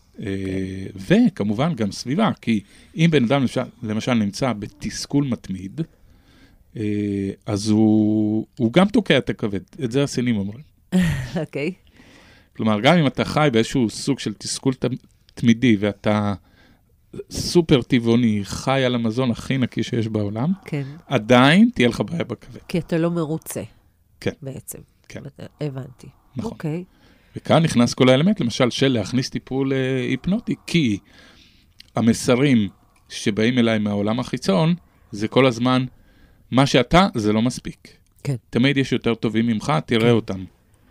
וכמובן גם סביבה, כי אם בן אדם למשל, למשל נמצא בתסכול מתמיד, אז הוא, הוא גם תוקע את הכבד. את זה הסינים אומרים. אוקיי. כלומר, גם אם אתה חי באיזשהו סוג של תסכול תמידי, ואתה סופר טבעוני, חי על המזון הכי נקי שיש בעולם, כן. עדיין תהיה לך בעיה בכבד. כי אתה לא מרוצה. כן. בעצם. כן. הבנתי. נכון. אוקיי. וכאן נכנס כל האלמנט, למשל, של להכניס טיפול היפנוטי, כי המסרים שבאים אליי מהעולם החיצון, זה כל הזמן, מה שאתה, זה לא מספיק. כן. תמיד יש יותר טובים ממך, תראה כן. אותם.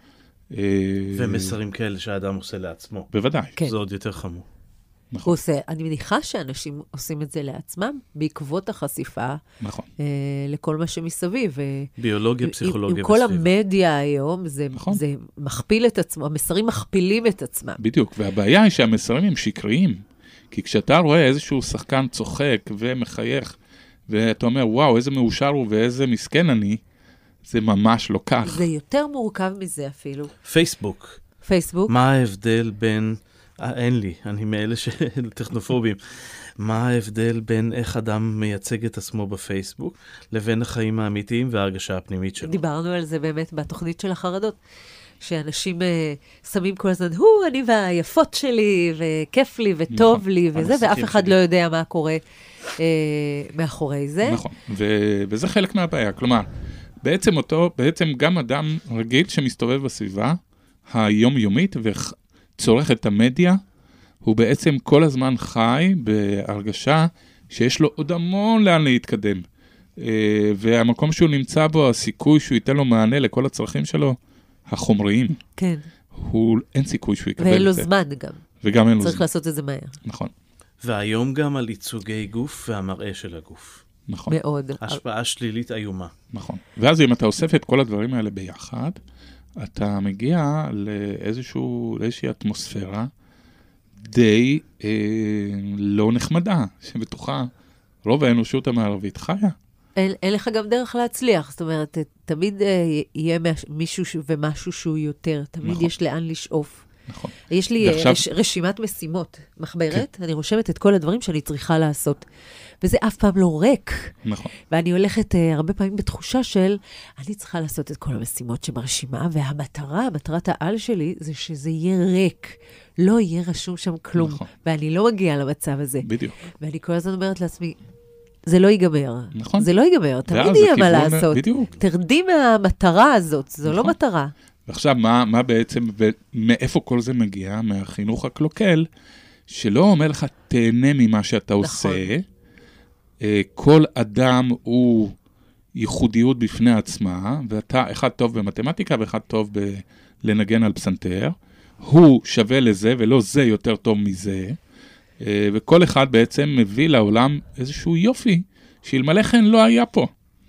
ומסרים כאלה שהאדם עושה לעצמו. בוודאי. כן. זה עוד יותר חמור. נכון. הוא עושה, אני מניחה שאנשים עושים את זה לעצמם, בעקבות החשיפה נכון. אה, לכל מה שמסביב. ביולוגיה, פסיכולוגיה עם כל וסביבה. המדיה היום, זה, נכון. זה מכפיל את עצמו, המסרים מכפילים את עצמם. בדיוק, והבעיה היא שהמסרים הם שקריים. כי כשאתה רואה איזשהו שחקן צוחק ומחייך, ואתה אומר, וואו, איזה מאושר הוא ואיזה מסכן אני, זה ממש לא כך. זה יותר מורכב מזה אפילו. פייסבוק. פייסבוק? מה ההבדל בין, אה, אין לי, אני מאלה של טכנופובים, מה ההבדל בין איך אדם מייצג את עצמו בפייסבוק, לבין החיים האמיתיים וההרגשה הפנימית שלו? דיברנו על זה באמת בתוכנית של החרדות, שאנשים אה, שמים כל הזמן, הוא, אני והיפות שלי, וכיף לי, וטוב נכון, לי, וזה, ואף אחד שלי. לא יודע מה קורה אה, מאחורי זה. נכון, ו- וזה חלק מהבעיה. כלומר, בעצם אותו, בעצם גם אדם רגיל שמסתובב בסביבה היומיומית וצורך את המדיה, הוא בעצם כל הזמן חי בהרגשה שיש לו עוד המון לאן להתקדם. אה, והמקום שהוא נמצא בו, הסיכוי שהוא ייתן לו מענה לכל הצרכים שלו, החומריים, כן. הוא, אין סיכוי שהוא יקבל את זה. ואין לו זמן גם. וגם אין לו צריך זמן. לעשות את זה מהר. נכון, והיום גם על ייצוגי גוף והמראה של הגוף. נכון. מאוד. השפעה שלילית איומה. נכון. ואז אם אתה אוסף את כל הדברים האלה ביחד, אתה מגיע לאיזשהו, לאיזושהי אטמוספירה די אה, לא נחמדה, שבתוכה רוב האנושות המערבית חיה. אין, אין לך גם דרך להצליח, זאת אומרת, תמיד אה, יהיה מש, מישהו ש, ומשהו שהוא יותר, תמיד נכון. יש לאן לשאוף. נכון. יש לי ועכשיו... רש, רשימת משימות, מחברת, כן. אני רושמת את כל הדברים שאני צריכה לעשות. וזה אף פעם לא ריק. נכון. ואני הולכת uh, הרבה פעמים בתחושה של, אני צריכה לעשות את כל המשימות שברשימה, והמטרה, מטרת העל שלי, זה שזה יהיה ריק. לא יהיה רשום שם כלום. נכון. ואני לא מגיעה למצב הזה. בדיוק. ואני כל הזמן אומרת לעצמי, זה לא ייגמר. נכון. זה לא ייגמר, תמיד ואז יהיה מה הכיוון- לעשות. בדיוק. תרדי מהמטרה הזאת, זו לא נכון. מטרה. ועכשיו, מה, מה בעצם, ומאיפה כל זה מגיע? מהחינוך הקלוקל, שלא אומר לך, תהנה ממה שאתה נכון. עושה. אה, כל אדם הוא ייחודיות בפני עצמה, ואתה אחד טוב במתמטיקה ואחד טוב ב- לנגן על פסנתר. הוא שווה לזה, ולא זה יותר טוב מזה. אה, וכל אחד בעצם מביא לעולם איזשהו יופי, שאלמלא כן לא היה פה.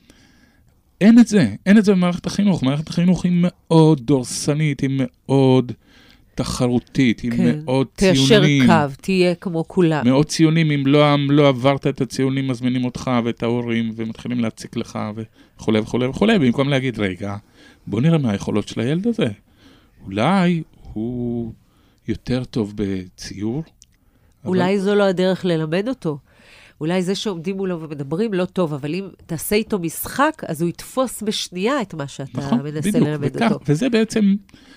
אין את זה, אין את זה במערכת החינוך. מערכת החינוך היא מאוד דורסנית, היא מאוד תחרותית, היא כן. מאוד תיישר ציונים. קו, תהיה כמו כולם. מאוד ציונים, אם לא, לא עברת את הציונים, מזמינים אותך ואת ההורים, ומתחילים להציק לך וכו' וכו' וכו', במקום להגיד, רגע, בוא נראה מה היכולות של הילד הזה. אולי הוא יותר טוב בציור. אולי זו לא הדרך ללמד אותו. אולי זה שעומדים מולו ומדברים לא טוב, אבל אם תעשה איתו משחק, אז הוא יתפוס בשנייה את מה שאתה נכון, מנסה בדיוק, ללמד וכך, אותו. וזה בעצם,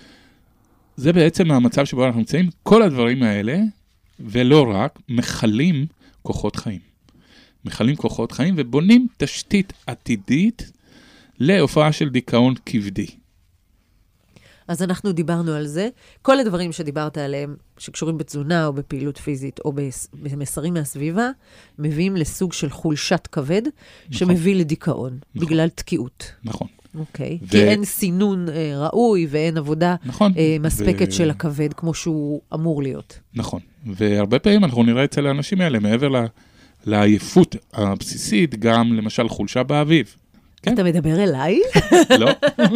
זה בעצם המצב שבו אנחנו נמצאים. כל הדברים האלה, ולא רק, מחלים כוחות חיים. מחלים כוחות חיים ובונים תשתית עתידית להופעה של דיכאון כבדי. אז אנחנו דיברנו על זה. כל הדברים שדיברת עליהם, שקשורים בתזונה או בפעילות פיזית או במסרים מהסביבה, מביאים לסוג של חולשת כבד, נכון. שמביא לדיכאון, נכון. בגלל תקיעות. נכון. אוקיי. ו... כי אין סינון אה, ראוי ואין עבודה נכון. אה, מספקת ו... של הכבד, כמו שהוא אמור להיות. נכון. והרבה פעמים אנחנו נראה אצל האנשים האלה, מעבר ל... לעייפות הבסיסית, גם למשל חולשה באביב. כן. אתה מדבר אליי? לא.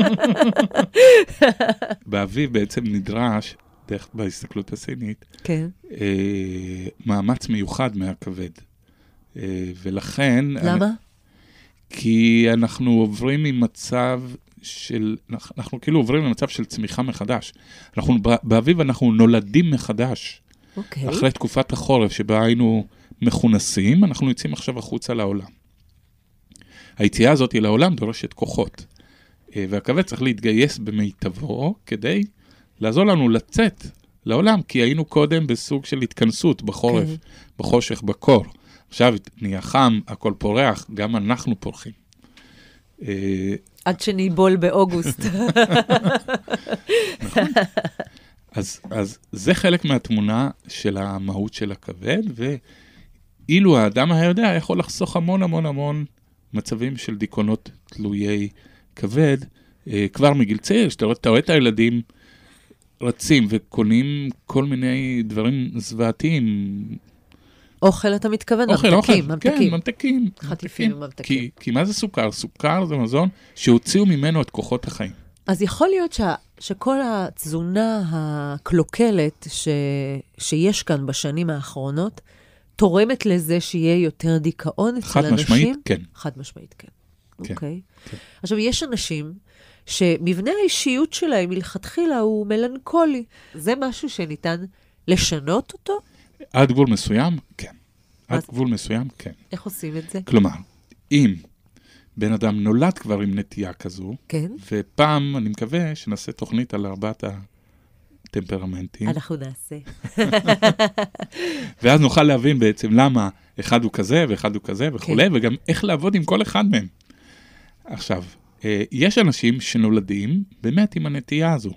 באביב בעצם נדרש, דרך בהסתכלות הסינית, כן. אה, מאמץ מיוחד מהכבד. אה, ולכן... למה? אני, כי אנחנו עוברים ממצב של... אנחנו, אנחנו כאילו עוברים למצב של צמיחה מחדש. אנחנו, באביב אנחנו נולדים מחדש. אוקיי. אחרי תקופת החורף שבה היינו מכונסים, אנחנו יוצאים עכשיו החוצה לעולם. היציאה הזאת לעולם דורשת כוחות, והכבד צריך להתגייס במיטבו כדי לעזור לנו לצאת לעולם, כי היינו קודם בסוג של התכנסות בחורף, okay. בחושך, בקור. עכשיו נהיה חם, הכל פורח, גם אנחנו פורחים. עד שניבול באוגוסט. נכון. אז, אז זה חלק מהתמונה של המהות של הכבד, ואילו האדם היה יודע, יכול לחסוך המון המון המון מצבים של דיכאונות תלויי כבד, אה, כבר מגיל צעיר, שאתה רואה את הילדים רצים וקונים כל מיני דברים זוועתיים. אוכל אתה מתכוון, אוכל, ממתקים, אוכל, ממתקים. כן, ממתקים. חטיפים וממתקים. כי, כי מה זה סוכר? סוכר זה מזון שהוציאו ממנו את כוחות החיים. אז יכול להיות שה, שכל התזונה הקלוקלת ש, שיש כאן בשנים האחרונות, תורמת לזה שיהיה יותר דיכאון אצל אנשים? חד משמעית, כן. חד משמעית, כן. כן, אוקיי. כן. עכשיו, יש אנשים שמבנה האישיות שלהם מלכתחילה הוא מלנכולי. זה משהו שניתן לשנות אותו? עד גבול מסוים, כן. עד גבול מסוים, כן. איך עושים את זה? כלומר, אם בן אדם נולד כבר עם נטייה כזו, כן. ופעם אני מקווה שנעשה תוכנית על ארבעת הטמפרמנטים. אנחנו נעשה. ואז נוכל להבין בעצם למה אחד הוא כזה ואחד הוא כזה וכו', כן. וגם איך לעבוד עם כל אחד מהם. עכשיו, יש אנשים שנולדים באמת עם הנטייה הזו.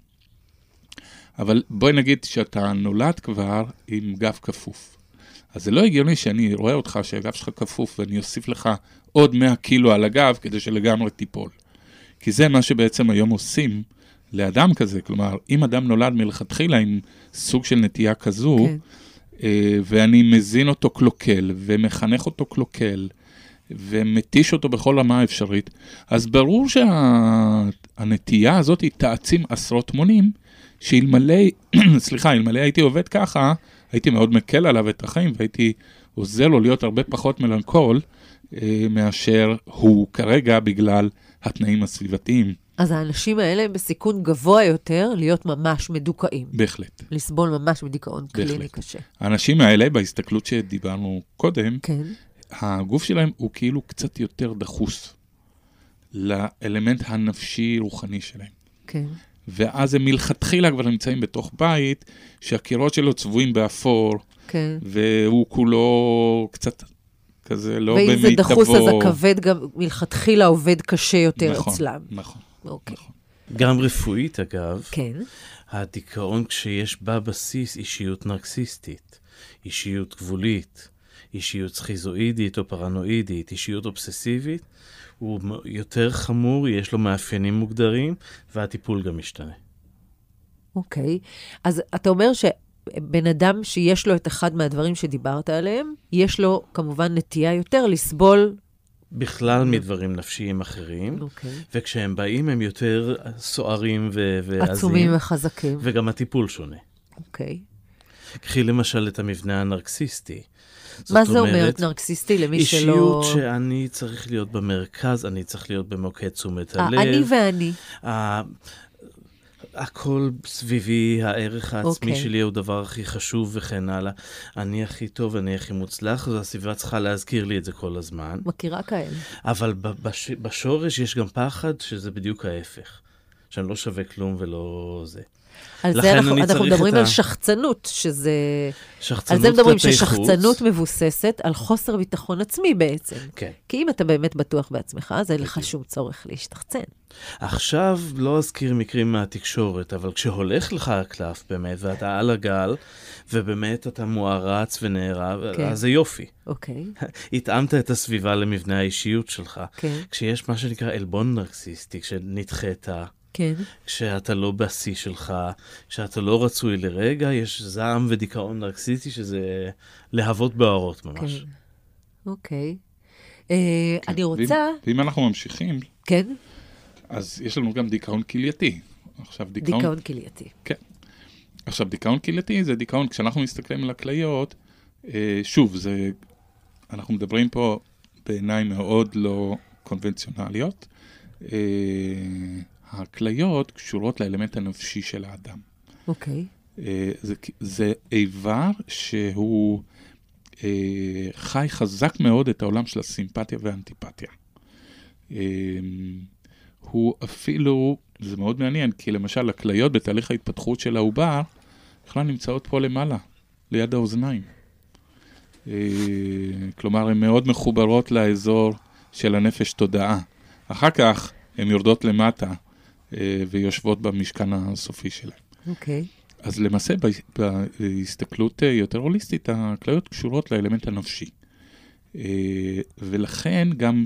אבל בואי נגיד שאתה נולד כבר עם גב כפוף. אז זה לא הגיוני שאני רואה אותך שהגב שלך כפוף ואני אוסיף לך עוד מאה קילו על הגב כדי שלגמרי תיפול. כי זה מה שבעצם היום עושים לאדם כזה. כלומר, אם אדם נולד מלכתחילה עם סוג של נטייה כזו, כן. ואני מזין אותו קלוקל ומחנך אותו קלוקל, ומתיש אותו בכל רמה האפשרית, אז ברור שהנטייה הזאת היא תעצים עשרות מונים, שאלמלא, סליחה, אלמלא הייתי עובד ככה, הייתי מאוד מקל עליו את החיים, והייתי עוזר לו להיות הרבה פחות מלנכול, אה, מאשר הוא כרגע בגלל התנאים הסביבתיים. אז האנשים האלה הם בסיכון גבוה יותר להיות ממש מדוכאים. בהחלט. לסבול ממש מדיכאון קליני קשה. האנשים האלה, בהסתכלות שדיברנו קודם, כן. הגוף שלהם הוא כאילו קצת יותר דחוס לאלמנט הנפשי-רוחני שלהם. כן. ואז הם מלכתחילה כבר נמצאים בתוך בית, שהקירות שלו צבועים באפור, כן. והוא כולו קצת כזה לא במיטבו. ואם זה דחוס, אז הכבד גם מלכתחילה עובד קשה יותר נכון, אצלם. נכון, אוקיי. נכון. גם רפואית, אגב, כן. הדיכאון כשיש בה בסיס אישיות נרקסיסטית, אישיות גבולית, אישיות סכיזואידית או פרנואידית, אישיות אובססיבית, הוא יותר חמור, יש לו מאפיינים מוגדרים, והטיפול גם משתנה. אוקיי. אז אתה אומר שבן אדם שיש לו את אחד מהדברים שדיברת עליהם, יש לו כמובן נטייה יותר לסבול בכלל מדברים נפשיים אחרים, אוקיי. וכשהם באים הם יותר סוערים ו- ועזים. עצומים וחזקים. וגם הטיפול שונה. אוקיי. קחי למשל את המבנה הנרקסיסטי. מה זה אומר נרקסיסטי למי שלא... אישיות שאני צריך להיות במרכז, אני צריך להיות במוקד תשומת הלב. אני ואני. הכל סביבי, הערך העצמי אוקיי. שלי הוא דבר הכי חשוב וכן הלאה. אני הכי טוב, אני הכי מוצלח, והסביבה צריכה להזכיר לי את זה כל הזמן. מכירה כאלה. אבל בש... בשורש יש גם פחד שזה בדיוק ההפך. שאני לא שווה כלום ולא זה. על זה אנחנו, אנחנו מדברים על ה... שחצנות, שזה... שחצנות על זה מדברים כלפי ששחצנות חוץ. מבוססת על חוסר ביטחון עצמי בעצם. כן. כי אם אתה באמת בטוח בעצמך, אז אין לך שום צורך להשתחצן. עכשיו לא אזכיר מקרים מהתקשורת, אבל כשהולך לך הקלף באמת, ואתה על הגל, ובאמת אתה מוערץ ונערב, כן. אז זה יופי. אוקיי. התאמת את הסביבה למבנה האישיות שלך. כן. כשיש מה שנקרא אלבון נרקסיסטי, כשנדחית, כן. כשאתה לא בשיא שלך, כשאתה לא רצוי לרגע, יש זעם ודיכאון נרקסיסטי שזה להבות בערות ממש. כן. אוקיי. אה, אני רוצה... ואם אנחנו ממשיכים... כן. אז יש לנו גם דיכאון כלייתי. עכשיו דיכאון... דיכאון כלייתי. כן. עכשיו דיכאון כלייתי זה דיכאון, כשאנחנו מסתכלים על הכליות, אה, שוב, זה... אנחנו מדברים פה בעיניים מאוד לא קונבנציונליות. אה, הכליות קשורות לאלמנט הנפשי של האדם. אוקיי. אה, זה, זה איבר שהוא אה, חי חזק מאוד את העולם של הסימפתיה והאנטיפתיה. אה, הוא אפילו, זה מאוד מעניין, כי למשל הכליות בתהליך ההתפתחות של העובר, בכלל נמצאות פה למעלה, ליד האוזניים. אה, כלומר, הן מאוד מחוברות לאזור של הנפש תודעה. אחר כך הן יורדות למטה, ויושבות במשכן הסופי שלהם. אוקיי. אז למעשה, בהסתכלות יותר הוליסטית, הכליות קשורות לאלמנט הנפשי. ולכן גם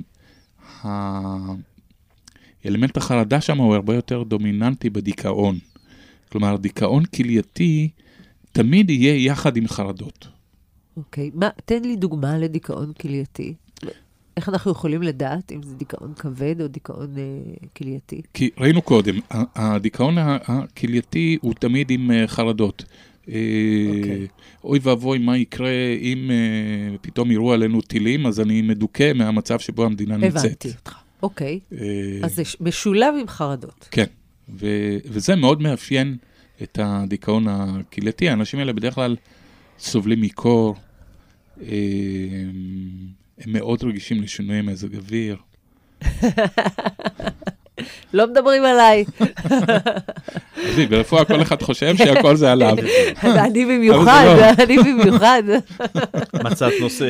האלמנט החרדה שם הוא הרבה יותר דומיננטי בדיכאון. כלומר, דיכאון כלייתי תמיד יהיה יחד עם חרדות. אוקיי. מה, תן לי דוגמה לדיכאון כלייתי. איך אנחנו יכולים לדעת אם זה דיכאון כבד או דיכאון אה, כלייתי? כי ראינו קודם, הדיכאון הכלייתי הוא תמיד עם אה, חרדות. אה, okay. אוי ואבוי, מה יקרה אם אה, פתאום יראו עלינו טילים, אז אני מדוכא מהמצב שבו המדינה נמצאת. הבנתי אותך. אוקיי, אז זה משולב עם חרדות. כן, וזה מאוד מאפיין את הדיכאון הקהילתי. האנשים האלה בדרך כלל סובלים מקור, הם מאוד רגישים לשינויי מזג אוויר. לא מדברים עליי. אז ברפואה כל אחד חושב שהכל זה עליו. אני במיוחד, אני במיוחד. מצאת נושא.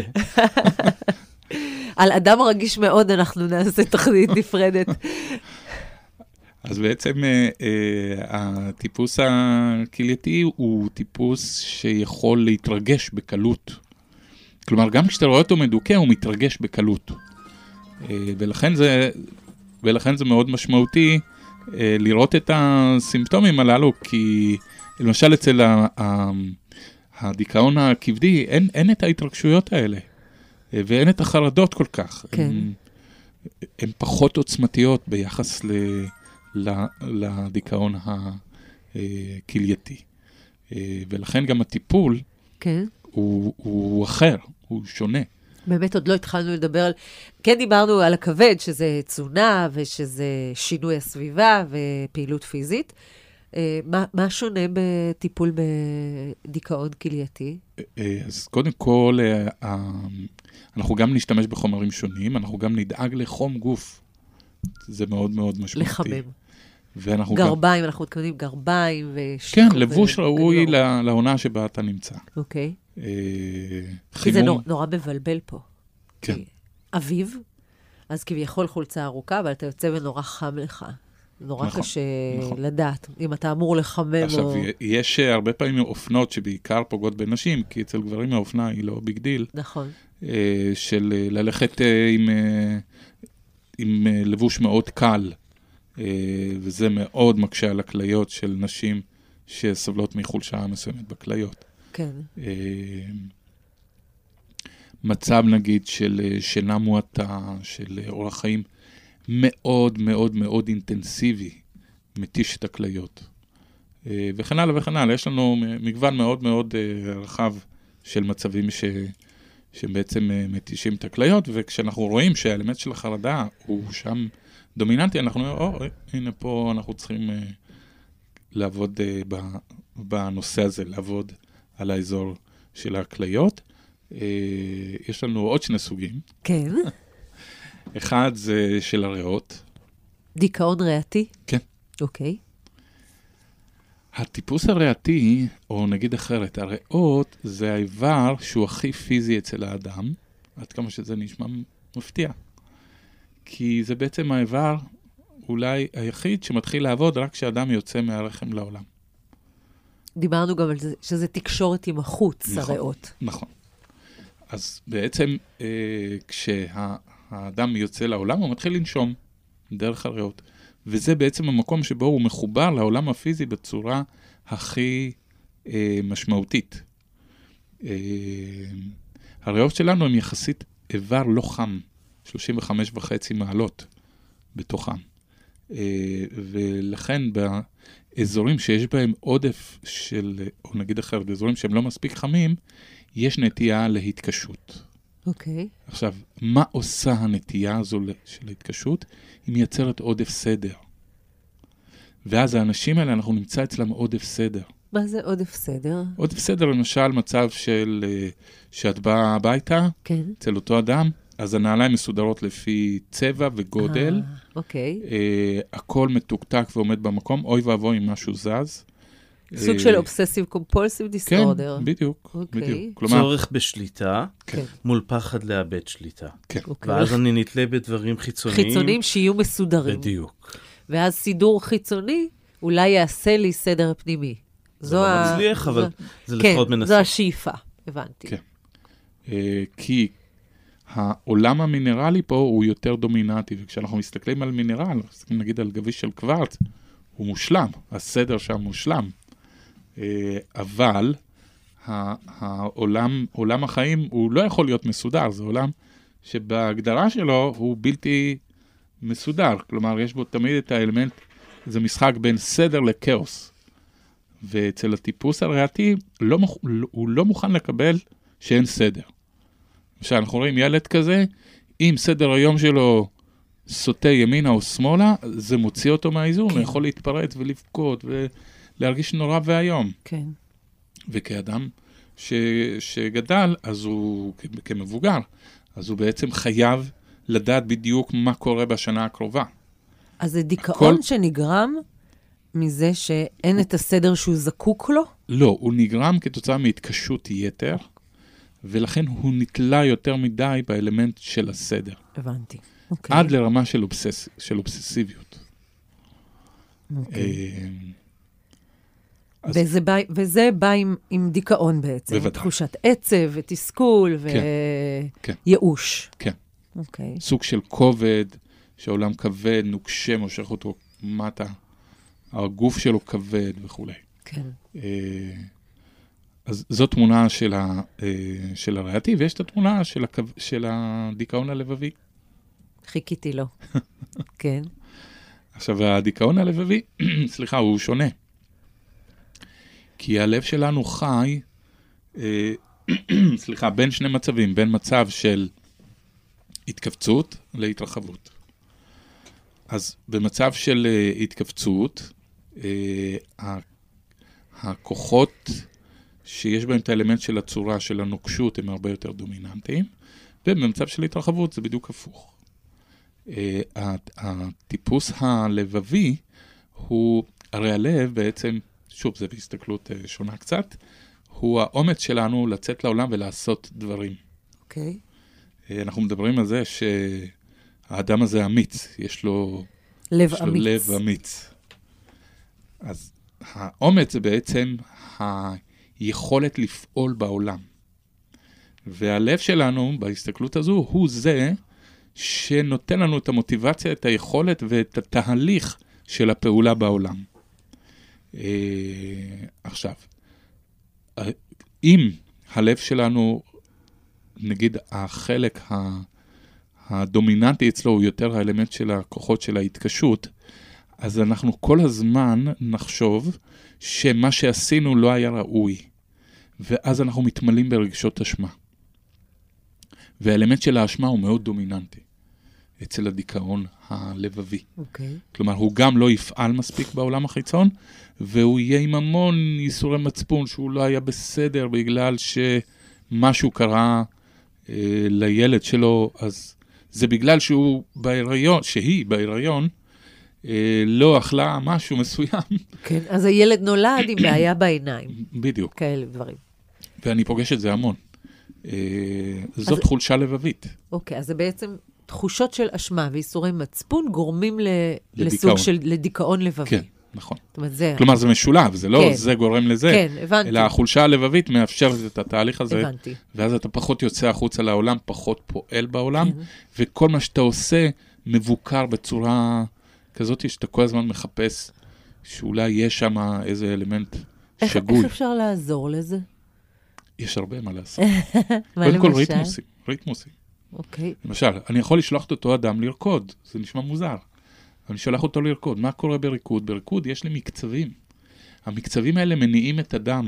על אדם רגיש מאוד אנחנו נעשה תוכנית נפרדת. אז בעצם הטיפוס הקהילתי הוא טיפוס שיכול להתרגש בקלות. כלומר, גם כשאתה רואה אותו מדוכא, הוא מתרגש בקלות. ולכן זה, ולכן זה מאוד משמעותי לראות את הסימפטומים הללו, כי למשל אצל הדיכאון הכבדי, אין, אין את ההתרגשויות האלה, ואין את החרדות כל כך. כן. הן, הן פחות עוצמתיות ביחס ל... לדיכאון הכלייתי. ולכן גם הטיפול כן. הוא, הוא אחר, הוא שונה. באמת עוד לא התחלנו לדבר על... כן דיברנו על הכבד, שזה תזונה ושזה שינוי הסביבה ופעילות פיזית. מה, מה שונה בטיפול בדיכאון כלייתי? אז קודם כל, אנחנו גם נשתמש בחומרים שונים, אנחנו גם נדאג לחום גוף. זה מאוד מאוד משמעותי. לחמם. גרביים, גם... אנחנו מתכוונים גרביים ושיקו. כן, לבוש ראוי לעונה שבה אתה נמצא. אוקיי. אה, כי חימום... זה נור, נורא מבלבל פה. כן. אביב, אז כביכול חולצה ארוכה, אבל אתה יוצא ונורא חם לך. נורא נכון, קשה נכון. לדעת, אם אתה אמור לחמם עכשיו, או... עכשיו, יש הרבה פעמים אופנות שבעיקר פוגעות בנשים, כי אצל גברים האופנה היא לא ביג דיל. נכון. אה, של ללכת אה, עם... אה, עם לבוש מאוד קל, וזה מאוד מקשה על הכליות של נשים שסובלות מחולשה מסוימת בכליות. כן. מצב נגיד של שינה מועטה, של אורח חיים מאוד מאוד מאוד אינטנסיבי, מתיש את הכליות. וכן הלאה וכן הלאה, יש לנו מגוון מאוד מאוד רחב של מצבים ש... שבעצם מתישים את הכליות, וכשאנחנו רואים שהאלמנט של החרדה הוא שם דומיננטי, אנחנו אומרים, או, הנה פה אנחנו צריכים לעבוד בנושא הזה, לעבוד על האזור של הכליות. יש לנו עוד שני סוגים. כן. אחד זה של הריאות. דיכאון ריאתי? כן. אוקיי. הטיפוס הריאתי, או נגיד אחרת, הריאות זה האיבר שהוא הכי פיזי אצל האדם, עד כמה שזה נשמע מפתיע. כי זה בעצם האיבר אולי היחיד שמתחיל לעבוד רק כשאדם יוצא מהרחם לעולם. דיברנו גם על זה, שזה תקשורת עם החוץ, נכון, הריאות. נכון. אז בעצם אה, כשהאדם יוצא לעולם, הוא מתחיל לנשום דרך הריאות. וזה בעצם המקום שבו הוא מחובר לעולם הפיזי בצורה הכי אה, משמעותית. אה, הריאות שלנו הם יחסית איבר לא חם, שלושים וחמש וחצי מעלות בתוכם. אה, ולכן באזורים שיש בהם עודף של, או נגיד אחר, באזורים שהם לא מספיק חמים, יש נטייה להתקשות. אוקיי. Okay. עכשיו, מה עושה הנטייה הזו של ההתקשות? היא מייצרת עודף סדר. ואז האנשים האלה, אנחנו נמצא אצלם עודף סדר. מה זה עודף סדר? עודף סדר, למשל, מצב של, שאת באה הביתה, כן. אצל אותו אדם, אז הנעליים מסודרות לפי צבע וגודל. אה, אוקיי. אה, הכל מתוקתק ועומד במקום, אוי ואבוי אם משהו זז. סוג של אובססיב קומפולסיב דיסאורדר. כן, בדיוק, בדיוק. כלומר, צורך בשליטה, מול פחד לאבד שליטה. כן. ואז אני נתלה בדברים חיצוניים. חיצוניים שיהיו מסודרים. בדיוק. ואז סידור חיצוני אולי יעשה לי סדר פנימי. זה לא מצליח, אבל זה לפחות מנסה. כן, זו השאיפה, הבנתי. כן. כי העולם המינרלי פה הוא יותר דומיננטי, וכשאנחנו מסתכלים על מינרל, נגיד על גביש של קוורץ, הוא מושלם, הסדר שם מושלם. אבל העולם, עולם החיים הוא לא יכול להיות מסודר, זה עולם שבהגדרה שלו הוא בלתי מסודר, כלומר יש בו תמיד את האלמנט, זה משחק בין סדר לקאוס, ואצל הטיפוס הריאתי לא, הוא לא מוכן לקבל שאין סדר. כשאנחנו רואים ילד כזה, אם סדר היום שלו סוטה ימינה או שמאלה, זה מוציא אותו מהאיזון, כן. הוא יכול להתפרץ ולבכות ולהרגיש נורא והיום. כן. וכאדם ש, שגדל, אז הוא, כמבוגר, אז הוא בעצם חייב לדעת בדיוק מה קורה בשנה הקרובה. אז זה דיכאון הכל... שנגרם מזה שאין את הסדר שהוא זקוק לו? לא, הוא נגרם כתוצאה מהתקשות יתר, ולכן הוא נתלה יותר מדי באלמנט של הסדר. הבנתי. אוקיי. עד לרמה של, אובסס... של אובססיביות. אוקיי. אז... וזה בא, וזה בא עם, עם דיכאון בעצם. בוודאי. תחושת עצב ותסכול כן. וייאוש. כן. אוקיי. סוג של כובד, שהעולם כבד, נוקשה, מושך אותו מטה, הגוף שלו כבד וכו'. כן. אז זו תמונה של, ה, של הראייתי, ויש את התמונה של, הקו, של הדיכאון הלבבי. חיכיתי לו. כן. עכשיו, הדיכאון הלבבי, סליחה, הוא שונה. כי הלב שלנו חי, אה, סליחה, בין שני מצבים, בין מצב של התכווצות להתרחבות. אז במצב של uh, התכווצות, uh, הכוחות שיש בהם את האלמנט של הצורה, של הנוקשות, הם הרבה יותר דומיננטיים, ובמצב של התרחבות זה בדיוק הפוך. Uh, הטיפוס הלבבי הוא, הרי הלב בעצם, שוב, זה בהסתכלות uh, שונה קצת, הוא האומץ שלנו לצאת לעולם ולעשות דברים. אוקיי. Uh, אנחנו מדברים על זה שהאדם הזה אמיץ, יש לו לב יש לו אמיץ. לב אמיץ. אז האומץ זה בעצם היכולת לפעול בעולם. והלב שלנו, בהסתכלות הזו, הוא זה שנותן לנו את המוטיבציה, את היכולת ואת התהליך של הפעולה בעולם. אה, עכשיו, אם הלב שלנו, נגיד החלק ה... הדומיננטי אצלו הוא יותר האלמנט של הכוחות של ההתקשות, אז אנחנו כל הזמן נחשוב שמה שעשינו לא היה ראוי, ואז אנחנו מתמלאים ברגשות אשמה. והאלמנט של האשמה הוא מאוד דומיננטי אצל הדיכאון הלבבי. אוקיי. כלומר, הוא גם לא יפעל מספיק בעולם החיצון, והוא יהיה עם המון ייסורי מצפון שהוא לא היה בסדר בגלל שמשהו קרה אה, לילד שלו, אז זה בגלל שהוא בהיריון, שהיא בהיריון, אה, לא אכלה משהו מסוים. כן, אז הילד נולד עם בעיה בעיניים. בדיוק. כאלה דברים. ואני פוגש את זה המון. אה, זאת אז... חולשה לבבית. אוקיי, אז זה בעצם תחושות של אשמה וייסורי מצפון גורמים ל... לדיכאון. לסוג של לדיכאון לבבי. כן, נכון. זאת אומרת, זה... כלומר, זה משולב, זה לא כן. זה גורם לזה. כן, הבנתי. אלא החולשה הלבבית מאפשרת את התהליך הזה. הבנתי. ואז אתה פחות יוצא החוצה לעולם, פחות פועל בעולם, כן. וכל מה שאתה עושה מבוקר בצורה כזאת שאתה כל הזמן מחפש שאולי יש שם איזה אלמנט איך, שגוי. איך אפשר לעזור לזה? יש הרבה מה לעשות. מה קודם כל למשל? ריתמוסים, ריתמוסים. אוקיי. למשל, אני יכול לשלוח את אותו אדם לרקוד, זה נשמע מוזר. אני שולח אותו לרקוד. מה קורה בריקוד? בריקוד יש לי מקצבים. המקצבים האלה מניעים את הדם.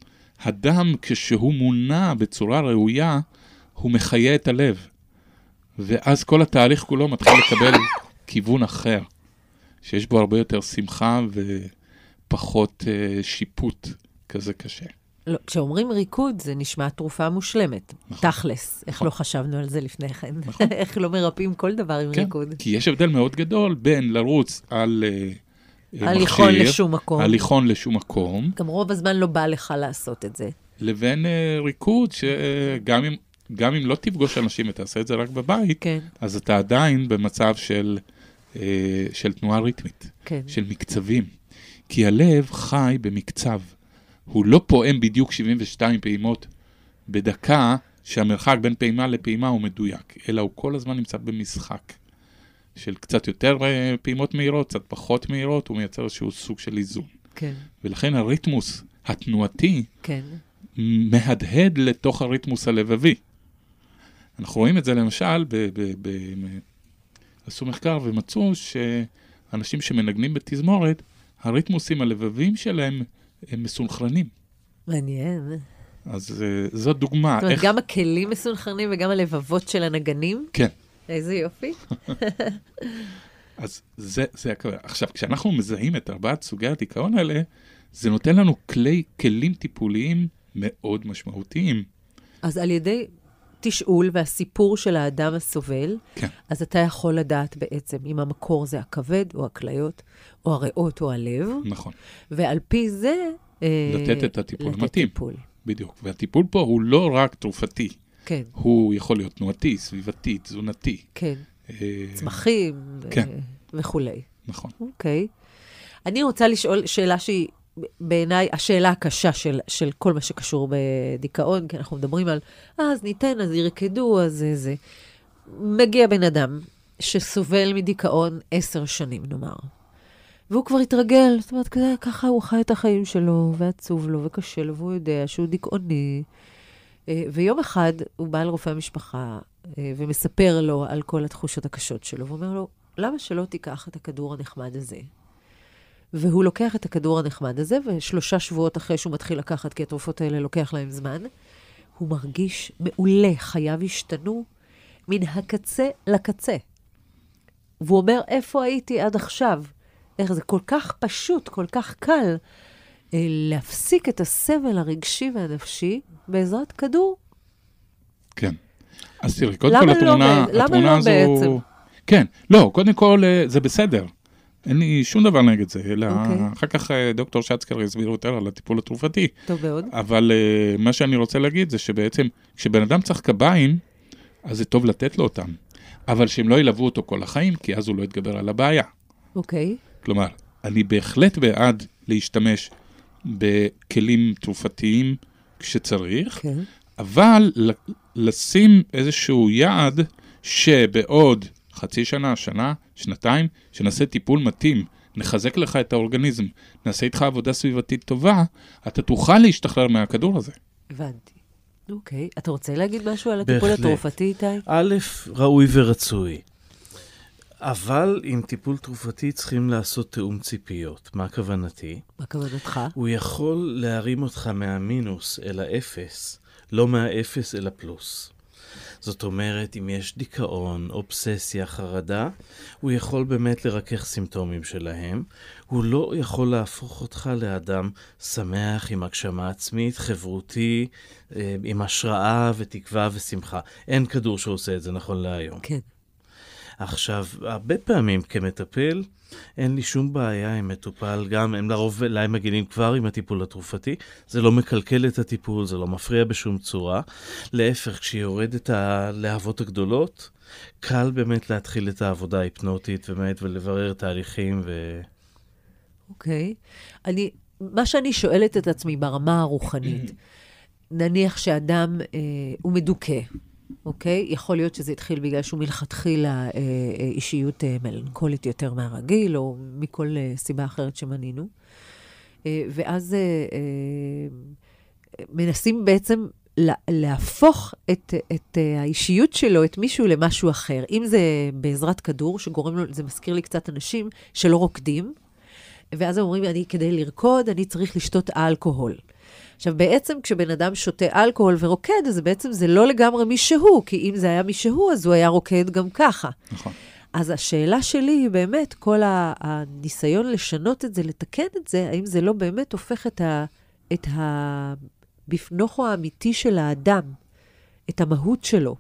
הדם, כשהוא מונע בצורה ראויה, הוא מחיה את הלב. ואז כל התהליך כולו מתחיל לקבל כיוון אחר, שיש בו הרבה יותר שמחה ופחות uh, שיפוט כזה קשה. לא, כשאומרים ריקוד, זה נשמע תרופה מושלמת. נכון. תכלס. איך נכון. לא חשבנו על זה לפני כן? נכון. איך לא מרפאים כל דבר עם כן, ריקוד? כי יש הבדל מאוד גדול בין לרוץ על uh, הליכון מכשיר, לשום מקום. הליכון לשום מקום, גם רוב הזמן לא בא לך לעשות את זה. לבין uh, ריקוד שגם אם, גם אם לא תפגוש אנשים ותעשה את זה רק בבית, כן, אז אתה עדיין במצב של, uh, של תנועה ריתמית, כן. של מקצבים. כי הלב חי במקצב. הוא לא פועם בדיוק שבעים ושתיים פעימות בדקה, שהמרחק בין פעימה לפעימה הוא מדויק, אלא הוא כל הזמן נמצא במשחק של קצת יותר פעימות מהירות, קצת פחות מהירות, הוא מייצר איזשהו סוג של איזון. כן, ולכן הריתמוס התנועתי כן. מהדהד לתוך הריתמוס הלבבי. אנחנו רואים את זה למשל, ב- ב- ב- עשו מחקר ומצאו שאנשים שמנגנים בתזמורת, הריתמוסים הלבביים שלהם הם מסונכרנים. מעניין. אז uh, זו דוגמה. זאת אומרת, איך... גם הכלים מסונכרנים וגם הלבבות של הנגנים? כן, איזה יופי. אז זה, זה הכוונה. עכשיו, כשאנחנו מזהים את ארבעת סוגי הדיכאון האלה, זה נותן לנו כלי, כלים טיפוליים מאוד משמעותיים. אז על ידי תשאול והסיפור של האדם הסובל, כן. אז אתה יכול לדעת בעצם אם המקור זה הכבד או הכליות, או הריאות או הלב. נכון. ועל פי זה... לתת את הטיפול לתת המתאים. טיפול. בדיוק. והטיפול פה הוא לא רק תרופתי. כן. הוא יכול להיות תנועתי, סביבתי, תזונתי. כן. אה, צמחים כן. וכולי. נכון. אוקיי. אני רוצה לשאול שאלה שהיא בעיניי השאלה הקשה של, של כל מה שקשור בדיכאון, כי אנחנו מדברים על, אז ניתן, אז ירקדו, אז זה זה. מגיע בן אדם שסובל מדיכאון עשר שנים, נאמר. והוא כבר התרגל, זאת אומרת, כזה, ככה הוא חי את החיים שלו, ועצוב לו, וקשה לו, והוא יודע שהוא דיכאוני. ויום אחד הוא בא לרופא המשפחה, ומספר לו על כל התחושות הקשות שלו, ואומר לו, למה שלא תיקח את הכדור הנחמד הזה? והוא לוקח את הכדור הנחמד הזה, ושלושה שבועות אחרי שהוא מתחיל לקחת, כי התרופות האלה לוקח להם זמן, הוא מרגיש מעולה, חייו השתנו מן הקצה לקצה. והוא אומר, איפה הייתי עד עכשיו? איך זה כל כך פשוט, כל כך קל, אה, להפסיק את הסבל הרגשי והנפשי בעזרת כדור. כן. אז תראי, קודם למה כל לא התמונה, בעצם? למה התמונה לא הזו... בעצם? כן, לא, קודם כל אה, זה בסדר. אין לי שום דבר נגד זה, אלא אוקיי. אחר כך אה, דוקטור שצקר יסביר יותר על הטיפול התרופתי. טוב מאוד. אבל אה, מה שאני רוצה להגיד זה שבעצם, כשבן אדם צריך קביים, אז זה טוב לתת לו אותם. אבל שהם לא ילוו אותו כל החיים, כי אז הוא לא יתגבר על הבעיה. אוקיי. כלומר, אני בהחלט בעד להשתמש בכלים תרופתיים כשצריך, כן. אבל לשים איזשהו יעד שבעוד חצי שנה, שנה, שנתיים, שנעשה טיפול מתאים, נחזק לך את האורגניזם, נעשה איתך עבודה סביבתית טובה, אתה תוכל להשתחרר מהכדור הזה. הבנתי. אוקיי. אתה רוצה להגיד משהו על הטיפול התרופתי, איתי? א', ראוי ורצוי. אבל עם טיפול תרופתי צריכים לעשות תאום ציפיות. מה כוונתי? מה כוונתך? הוא יכול להרים אותך מהמינוס אל האפס, לא מהאפס אל הפלוס. זאת אומרת, אם יש דיכאון, אובססיה, חרדה, הוא יכול באמת לרכך סימפטומים שלהם. הוא לא יכול להפוך אותך לאדם שמח, עם הגשמה עצמית, חברותי, עם השראה ותקווה ושמחה. אין כדור שעושה את זה נכון להיום. כן. עכשיו, הרבה פעמים כמטפל, אין לי שום בעיה עם מטופל, גם הם לרוב להם מגינים כבר עם הטיפול התרופתי, זה לא מקלקל את הטיפול, זה לא מפריע בשום צורה. להפך, כשיורד את הלהבות הגדולות, קל באמת להתחיל את העבודה ההיפנוטית באמת, ולברר תהליכים ו... אוקיי. אני, מה שאני שואלת את עצמי ברמה הרוחנית, נניח שאדם אה, הוא מדוכא, אוקיי? יכול להיות שזה התחיל בגלל שהוא מלכתחילה אה, אה, אישיות אה, מלנכולית יותר מהרגיל, או מכל אה, סיבה אחרת שמנינו. אה, ואז אה, אה, מנסים בעצם לה, להפוך את, את אה, האישיות שלו, את מישהו למשהו אחר. אם זה בעזרת כדור, שגורם לו, זה מזכיר לי קצת אנשים שלא רוקדים, ואז הם אומרים, אני, כדי לרקוד, אני צריך לשתות אלכוהול. עכשיו, בעצם כשבן אדם שותה אלכוהול ורוקד, אז בעצם זה לא לגמרי מי שהוא, כי אם זה היה מי שהוא, אז הוא היה רוקד גם ככה. נכון. אז השאלה שלי היא באמת, כל הניסיון לשנות את זה, לתקן את זה, האם זה לא באמת הופך את, ה, את הבפנוכו האמיתי של האדם, את המהות שלו,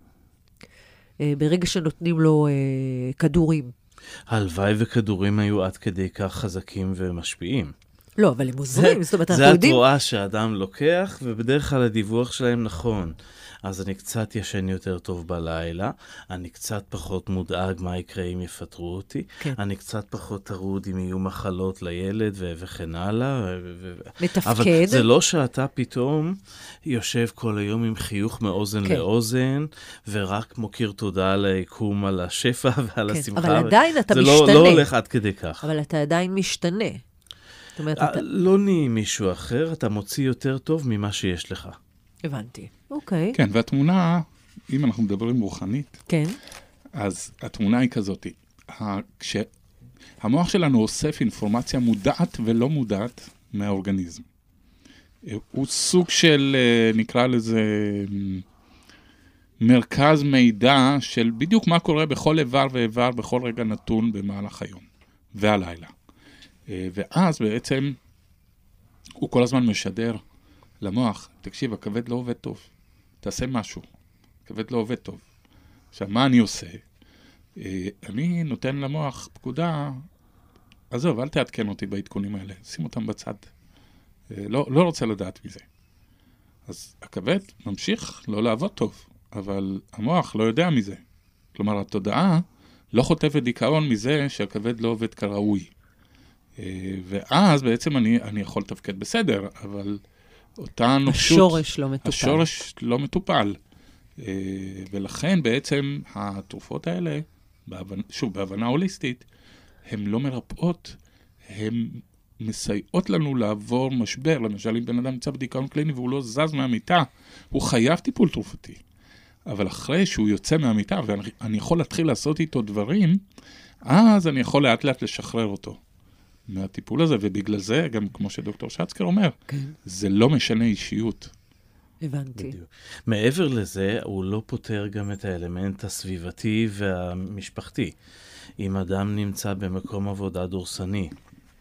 ברגע שנותנים לו כדורים. הלוואי וכדורים היו עד כדי כך חזקים ומשפיעים. לא, אבל הם עוזרים, זאת אומרת, אנחנו יודעים... יודעים... זה התרועה שהאדם לוקח, ובדרך כלל הדיווח שלהם נכון. אז אני קצת ישן יותר טוב בלילה, אני קצת פחות מודאג מה יקרה אם יפטרו אותי, כן. אני קצת פחות טרוד אם יהיו מחלות לילד ו- וכן הלאה. ו- מתפקד. אבל זה לא שאתה פתאום יושב כל היום עם חיוך מאוזן כן. לאוזן, ורק מוקיר תודה על היקום, על השפע ועל כן. השמחה. אבל עדיין אתה זה משתנה. זה לא, לא הולך עד כדי כך. אבל אתה עדיין משתנה. זאת אומרת, אתה... לא נהיה מישהו אחר, אתה מוציא יותר טוב ממה שיש לך. הבנתי. אוקיי. כן, והתמונה, אם אנחנו מדברים רוחנית, כן. אז התמונה היא כזאת. כשהמוח שלנו אוסף אינפורמציה מודעת ולא מודעת מהאורגניזם. הוא סוג של, נקרא לזה, מרכז מידע של בדיוק מה קורה בכל איבר ואיבר, בכל רגע נתון במהלך היום והלילה. ואז בעצם הוא כל הזמן משדר למוח, תקשיב, הכבד לא עובד טוב, תעשה משהו, הכבד לא עובד טוב. עכשיו, מה אני עושה? אני נותן למוח פקודה, עזוב, אל תעדכן אותי בעדכונים האלה, שים אותם בצד. לא, לא רוצה לדעת מזה. אז הכבד ממשיך לא לעבוד טוב, אבל המוח לא יודע מזה. כלומר, התודעה לא חוטפת דיכאון מזה שהכבד לא עובד כראוי. ואז בעצם אני, אני יכול לתפקד בסדר, אבל אותה נוקשות... השורש לא מטופל. השורש לא מטופל. ולכן בעצם התרופות האלה, בהבנ... שוב, בהבנה הוליסטית, הן לא מרפאות, הן מסייעות לנו לעבור משבר. למשל, אם בן אדם נמצא בדיכאון קליני והוא לא זז מהמיטה, הוא חייב טיפול תרופתי. אבל אחרי שהוא יוצא מהמיטה, ואני יכול להתחיל לעשות איתו דברים, אז אני יכול לאט לאט לשחרר אותו מהטיפול הזה, ובגלל זה, גם כמו שדוקטור שצקר אומר, כן. זה לא משנה אישיות. הבנתי. בדיוק. מעבר לזה, הוא לא פותר גם את האלמנט הסביבתי והמשפחתי. אם אדם נמצא במקום עבודה דורסני,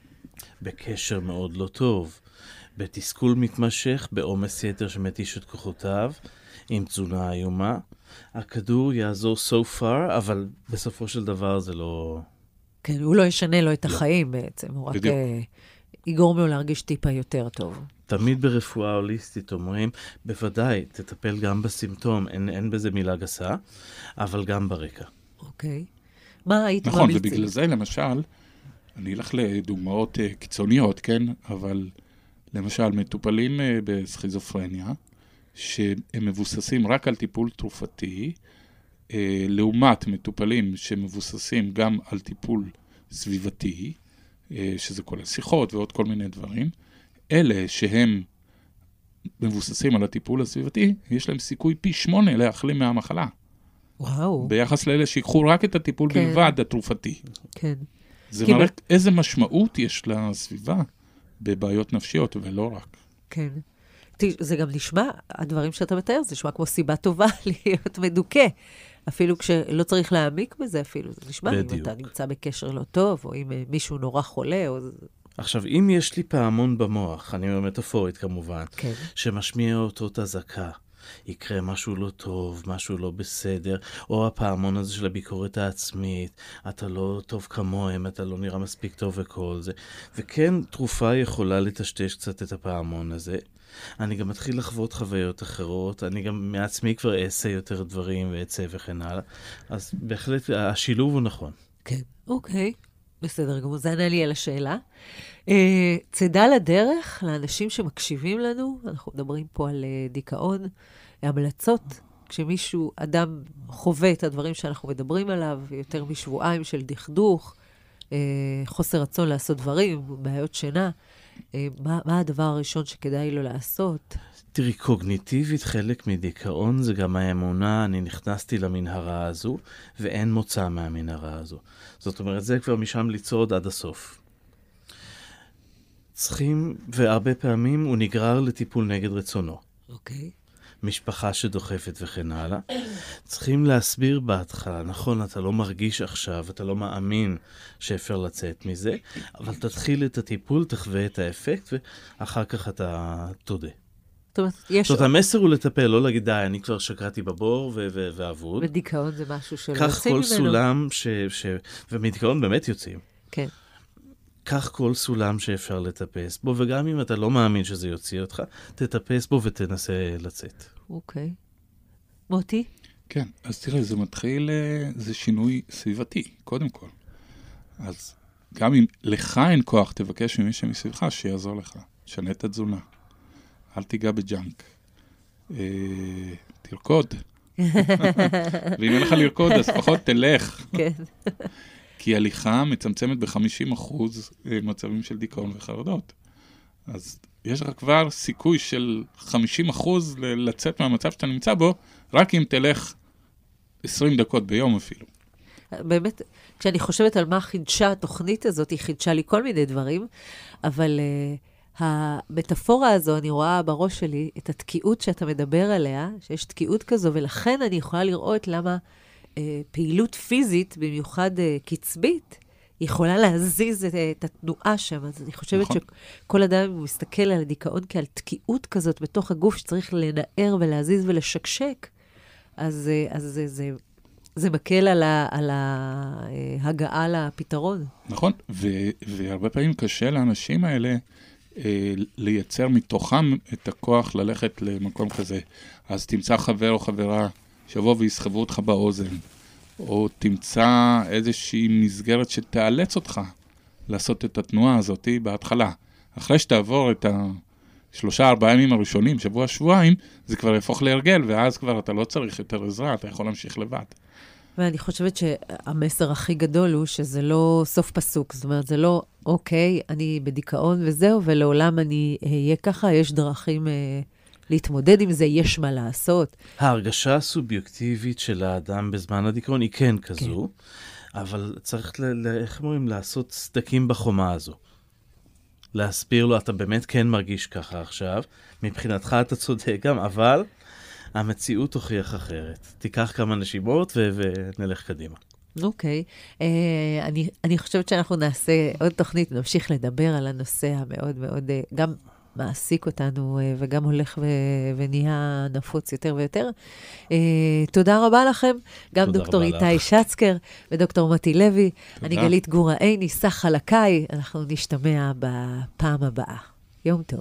בקשר מאוד לא טוב, בתסכול מתמשך, בעומס יתר שמתיש את כוחותיו, עם תזונה איומה, הכדור יעזור so far, אבל בסופו של דבר זה לא... כן, הוא לא ישנה לו את החיים לא. בעצם, הוא בדיוק. רק יגרום לו להרגיש טיפה יותר טוב. תמיד ברפואה הוליסטית אומרים, בוודאי, תטפל גם בסימפטום, אין, אין בזה מילה גסה, אבל גם ברקע. אוקיי. מה היית נכון, ממליצים? ובגלל זה, למשל, אני אלך לדוגמאות uh, קיצוניות, כן? אבל למשל, מטופלים uh, בסכיזופרניה, שהם מבוססים רק על טיפול תרופתי, uh, לעומת מטופלים שמבוססים גם על טיפול סביבתי, uh, שזה כל השיחות ועוד כל מיני דברים, אלה שהם מבוססים על הטיפול הסביבתי, יש להם סיכוי פי שמונה להחלים מהמחלה. וואו. ביחס לאלה שיקחו רק את הטיפול כן. בלבד התרופתי. כן. זה מראה ב... איזה משמעות יש לסביבה בבעיות נפשיות, ולא רק. כן. זה גם נשמע, הדברים שאתה מתאר, זה נשמע כמו סיבה טובה להיות מדוכא. אפילו כשלא צריך להעמיק בזה אפילו. זה נשמע בדיוק. אם אתה נמצא בקשר לא טוב, או אם מישהו נורא חולה, או... עכשיו, אם יש לי פעמון במוח, אני אומר מטאפורית כמובן, כן. שמשמיע אותו תזקה, יקרה משהו לא טוב, משהו לא בסדר, או הפעמון הזה של הביקורת העצמית, אתה לא טוב כמוהם, אתה לא נראה מספיק טוב וכל זה. וכן, תרופה יכולה לטשטש קצת את הפעמון הזה. אני גם מתחיל לחוות חוויות אחרות, אני גם מעצמי כבר אעשה יותר דברים ואעשה וכן הלאה. אז בהחלט, השילוב הוא נכון. כן, אוקיי. בסדר, גם זה ענה לי על השאלה. צדה לדרך, לאנשים שמקשיבים לנו, אנחנו מדברים פה על דיכאון, המלצות, כשמישהו, אדם חווה את הדברים שאנחנו מדברים עליו, יותר משבועיים של דכדוך, חוסר רצון לעשות דברים, בעיות שינה, מה, מה הדבר הראשון שכדאי לו לעשות? תראי, קוגניטיבית חלק מדיכאון זה גם האמונה, אני נכנסתי למנהרה הזו, ואין מוצא מהמנהרה הזו. זאת אומרת, זה כבר משם לצעוד עד הסוף. צריכים, והרבה פעמים הוא נגרר לטיפול נגד רצונו. אוקיי. משפחה שדוחפת וכן הלאה. צריכים להסביר בהתחלה, נכון, אתה לא מרגיש עכשיו, אתה לא מאמין שאפשר לצאת מזה, אבל תתחיל את הטיפול, תחווה את האפקט, ואחר כך אתה תודה. זאת אומרת, יש... זאת המסר הוא לטפל, לא להגיד, די, אני כבר שקרתי בבור ועבוד. ודיכאון זה משהו שלא יוצאים ממנו. כך כל סולם, ש... ש... ומדיכאון באמת יוצאים. כן. כך כל סולם שאפשר לטפס בו, וגם אם אתה לא מאמין שזה יוציא אותך, תטפס בו ותנסה לצאת. אוקיי. מוטי? כן, אז תראה, זה מתחיל, זה שינוי סביבתי, קודם כל. אז גם אם לך אין כוח, תבקש ממי שמסביבך שיעזור לך. שנה את התזונה. אל תיגע בג'אנק. אה, תרקוד. ואם אין לך לרקוד, אז פחות תלך. כן. כי הליכה מצמצמת ב-חמישים אחוז מצבים של דיכאון וחרדות. אז יש לך כבר סיכוי של חמישים אחוז לצאת מהמצב שאתה נמצא בו, רק אם תלך עשרים דקות ביום אפילו. באמת, כשאני חושבת על מה חידשה התוכנית הזאת, היא חידשה לי כל מיני דברים, אבל uh, המטאפורה הזו, אני רואה בראש שלי את התקיעות שאתה מדבר עליה, שיש תקיעות כזו, ולכן אני יכולה לראות למה אה, פעילות פיזית, במיוחד אה, קצבית, יכולה להזיז את, את התנועה שם. אז אני חושבת נכון. שכל אדם הוא מסתכל על הדיכאון כעל תקיעות כזאת בתוך הגוף שצריך לנער ולהזיז ולשקשק, אז, אז זה, זה, זה מקל על, ה, על ההגעה לפתרון. נכון, ו, והרבה פעמים קשה לאנשים האלה אה, לייצר מתוכם את הכוח ללכת למקום כזה. אז תמצא חבר או חברה שבוא ויסחבו אותך באוזן, או תמצא איזושהי מסגרת שתאלץ אותך לעשות את התנועה הזאת בהתחלה. אחרי שתעבור את השלושה, ארבעה ימים הראשונים, שבוע, שבועיים, זה כבר יהפוך להרגל, ואז כבר אתה לא צריך יותר עזרה, אתה יכול להמשיך לבד. ואני חושבת שהמסר הכי גדול הוא שזה לא סוף פסוק. זאת אומרת, זה לא, אוקיי, אני בדיכאון וזהו, ולעולם אני אהיה ככה, יש דרכים... להתמודד עם זה, יש מה לעשות. ההרגשה הסובייקטיבית של האדם בזמן הדיכאון היא כן כזו, כן. אבל צריך, איך אומרים, לעשות סדקים בחומה הזו. להסביר לו, אתה באמת כן מרגיש ככה עכשיו, מבחינתך אתה צודק גם, אבל המציאות הוכיח אחרת. תיקח כמה נשימות ו- ונלך קדימה. אוקיי. Okay. Uh, אני, אני חושבת שאנחנו נעשה עוד תוכנית, נמשיך לדבר על הנושא המאוד מאוד, uh, גם... מעסיק אותנו וגם הולך ו- ונהיה נפוץ יותר ויותר. Uh, תודה רבה לכם, גם דוקטור איתי שצקר ודוקטור מוטי לוי. תודה. אני גלית גורעיני, סך חלקאי. אנחנו נשתמע בפעם הבאה. יום טוב.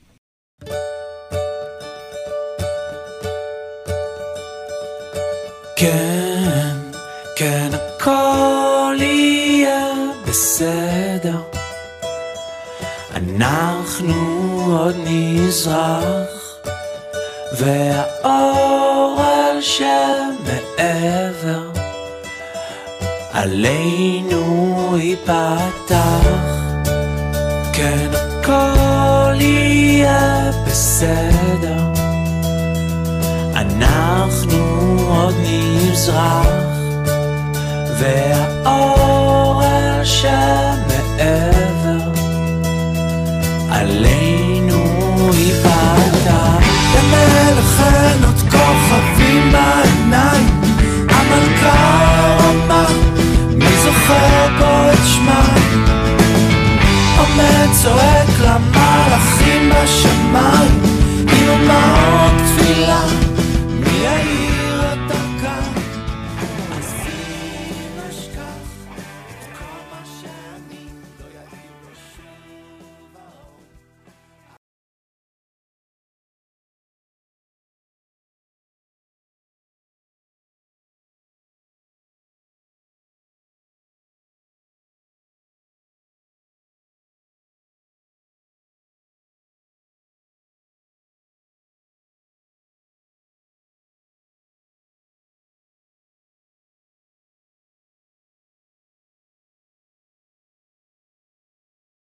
כן, כן, הכל יהיה בסדר. אנחנו עוד נזרח, והאור על שמעבר עלינו ייפתח. כן, הכל יהיה בסדר, אנחנו עוד נזרח, והאור על שמעבר עלינו ייפתח. למלכן עוד כוכבים בעיניים, המלכה רמה, מי זוכר פה את שמה? עומד צועק למלאכים בשמיים, עם אומות תפילה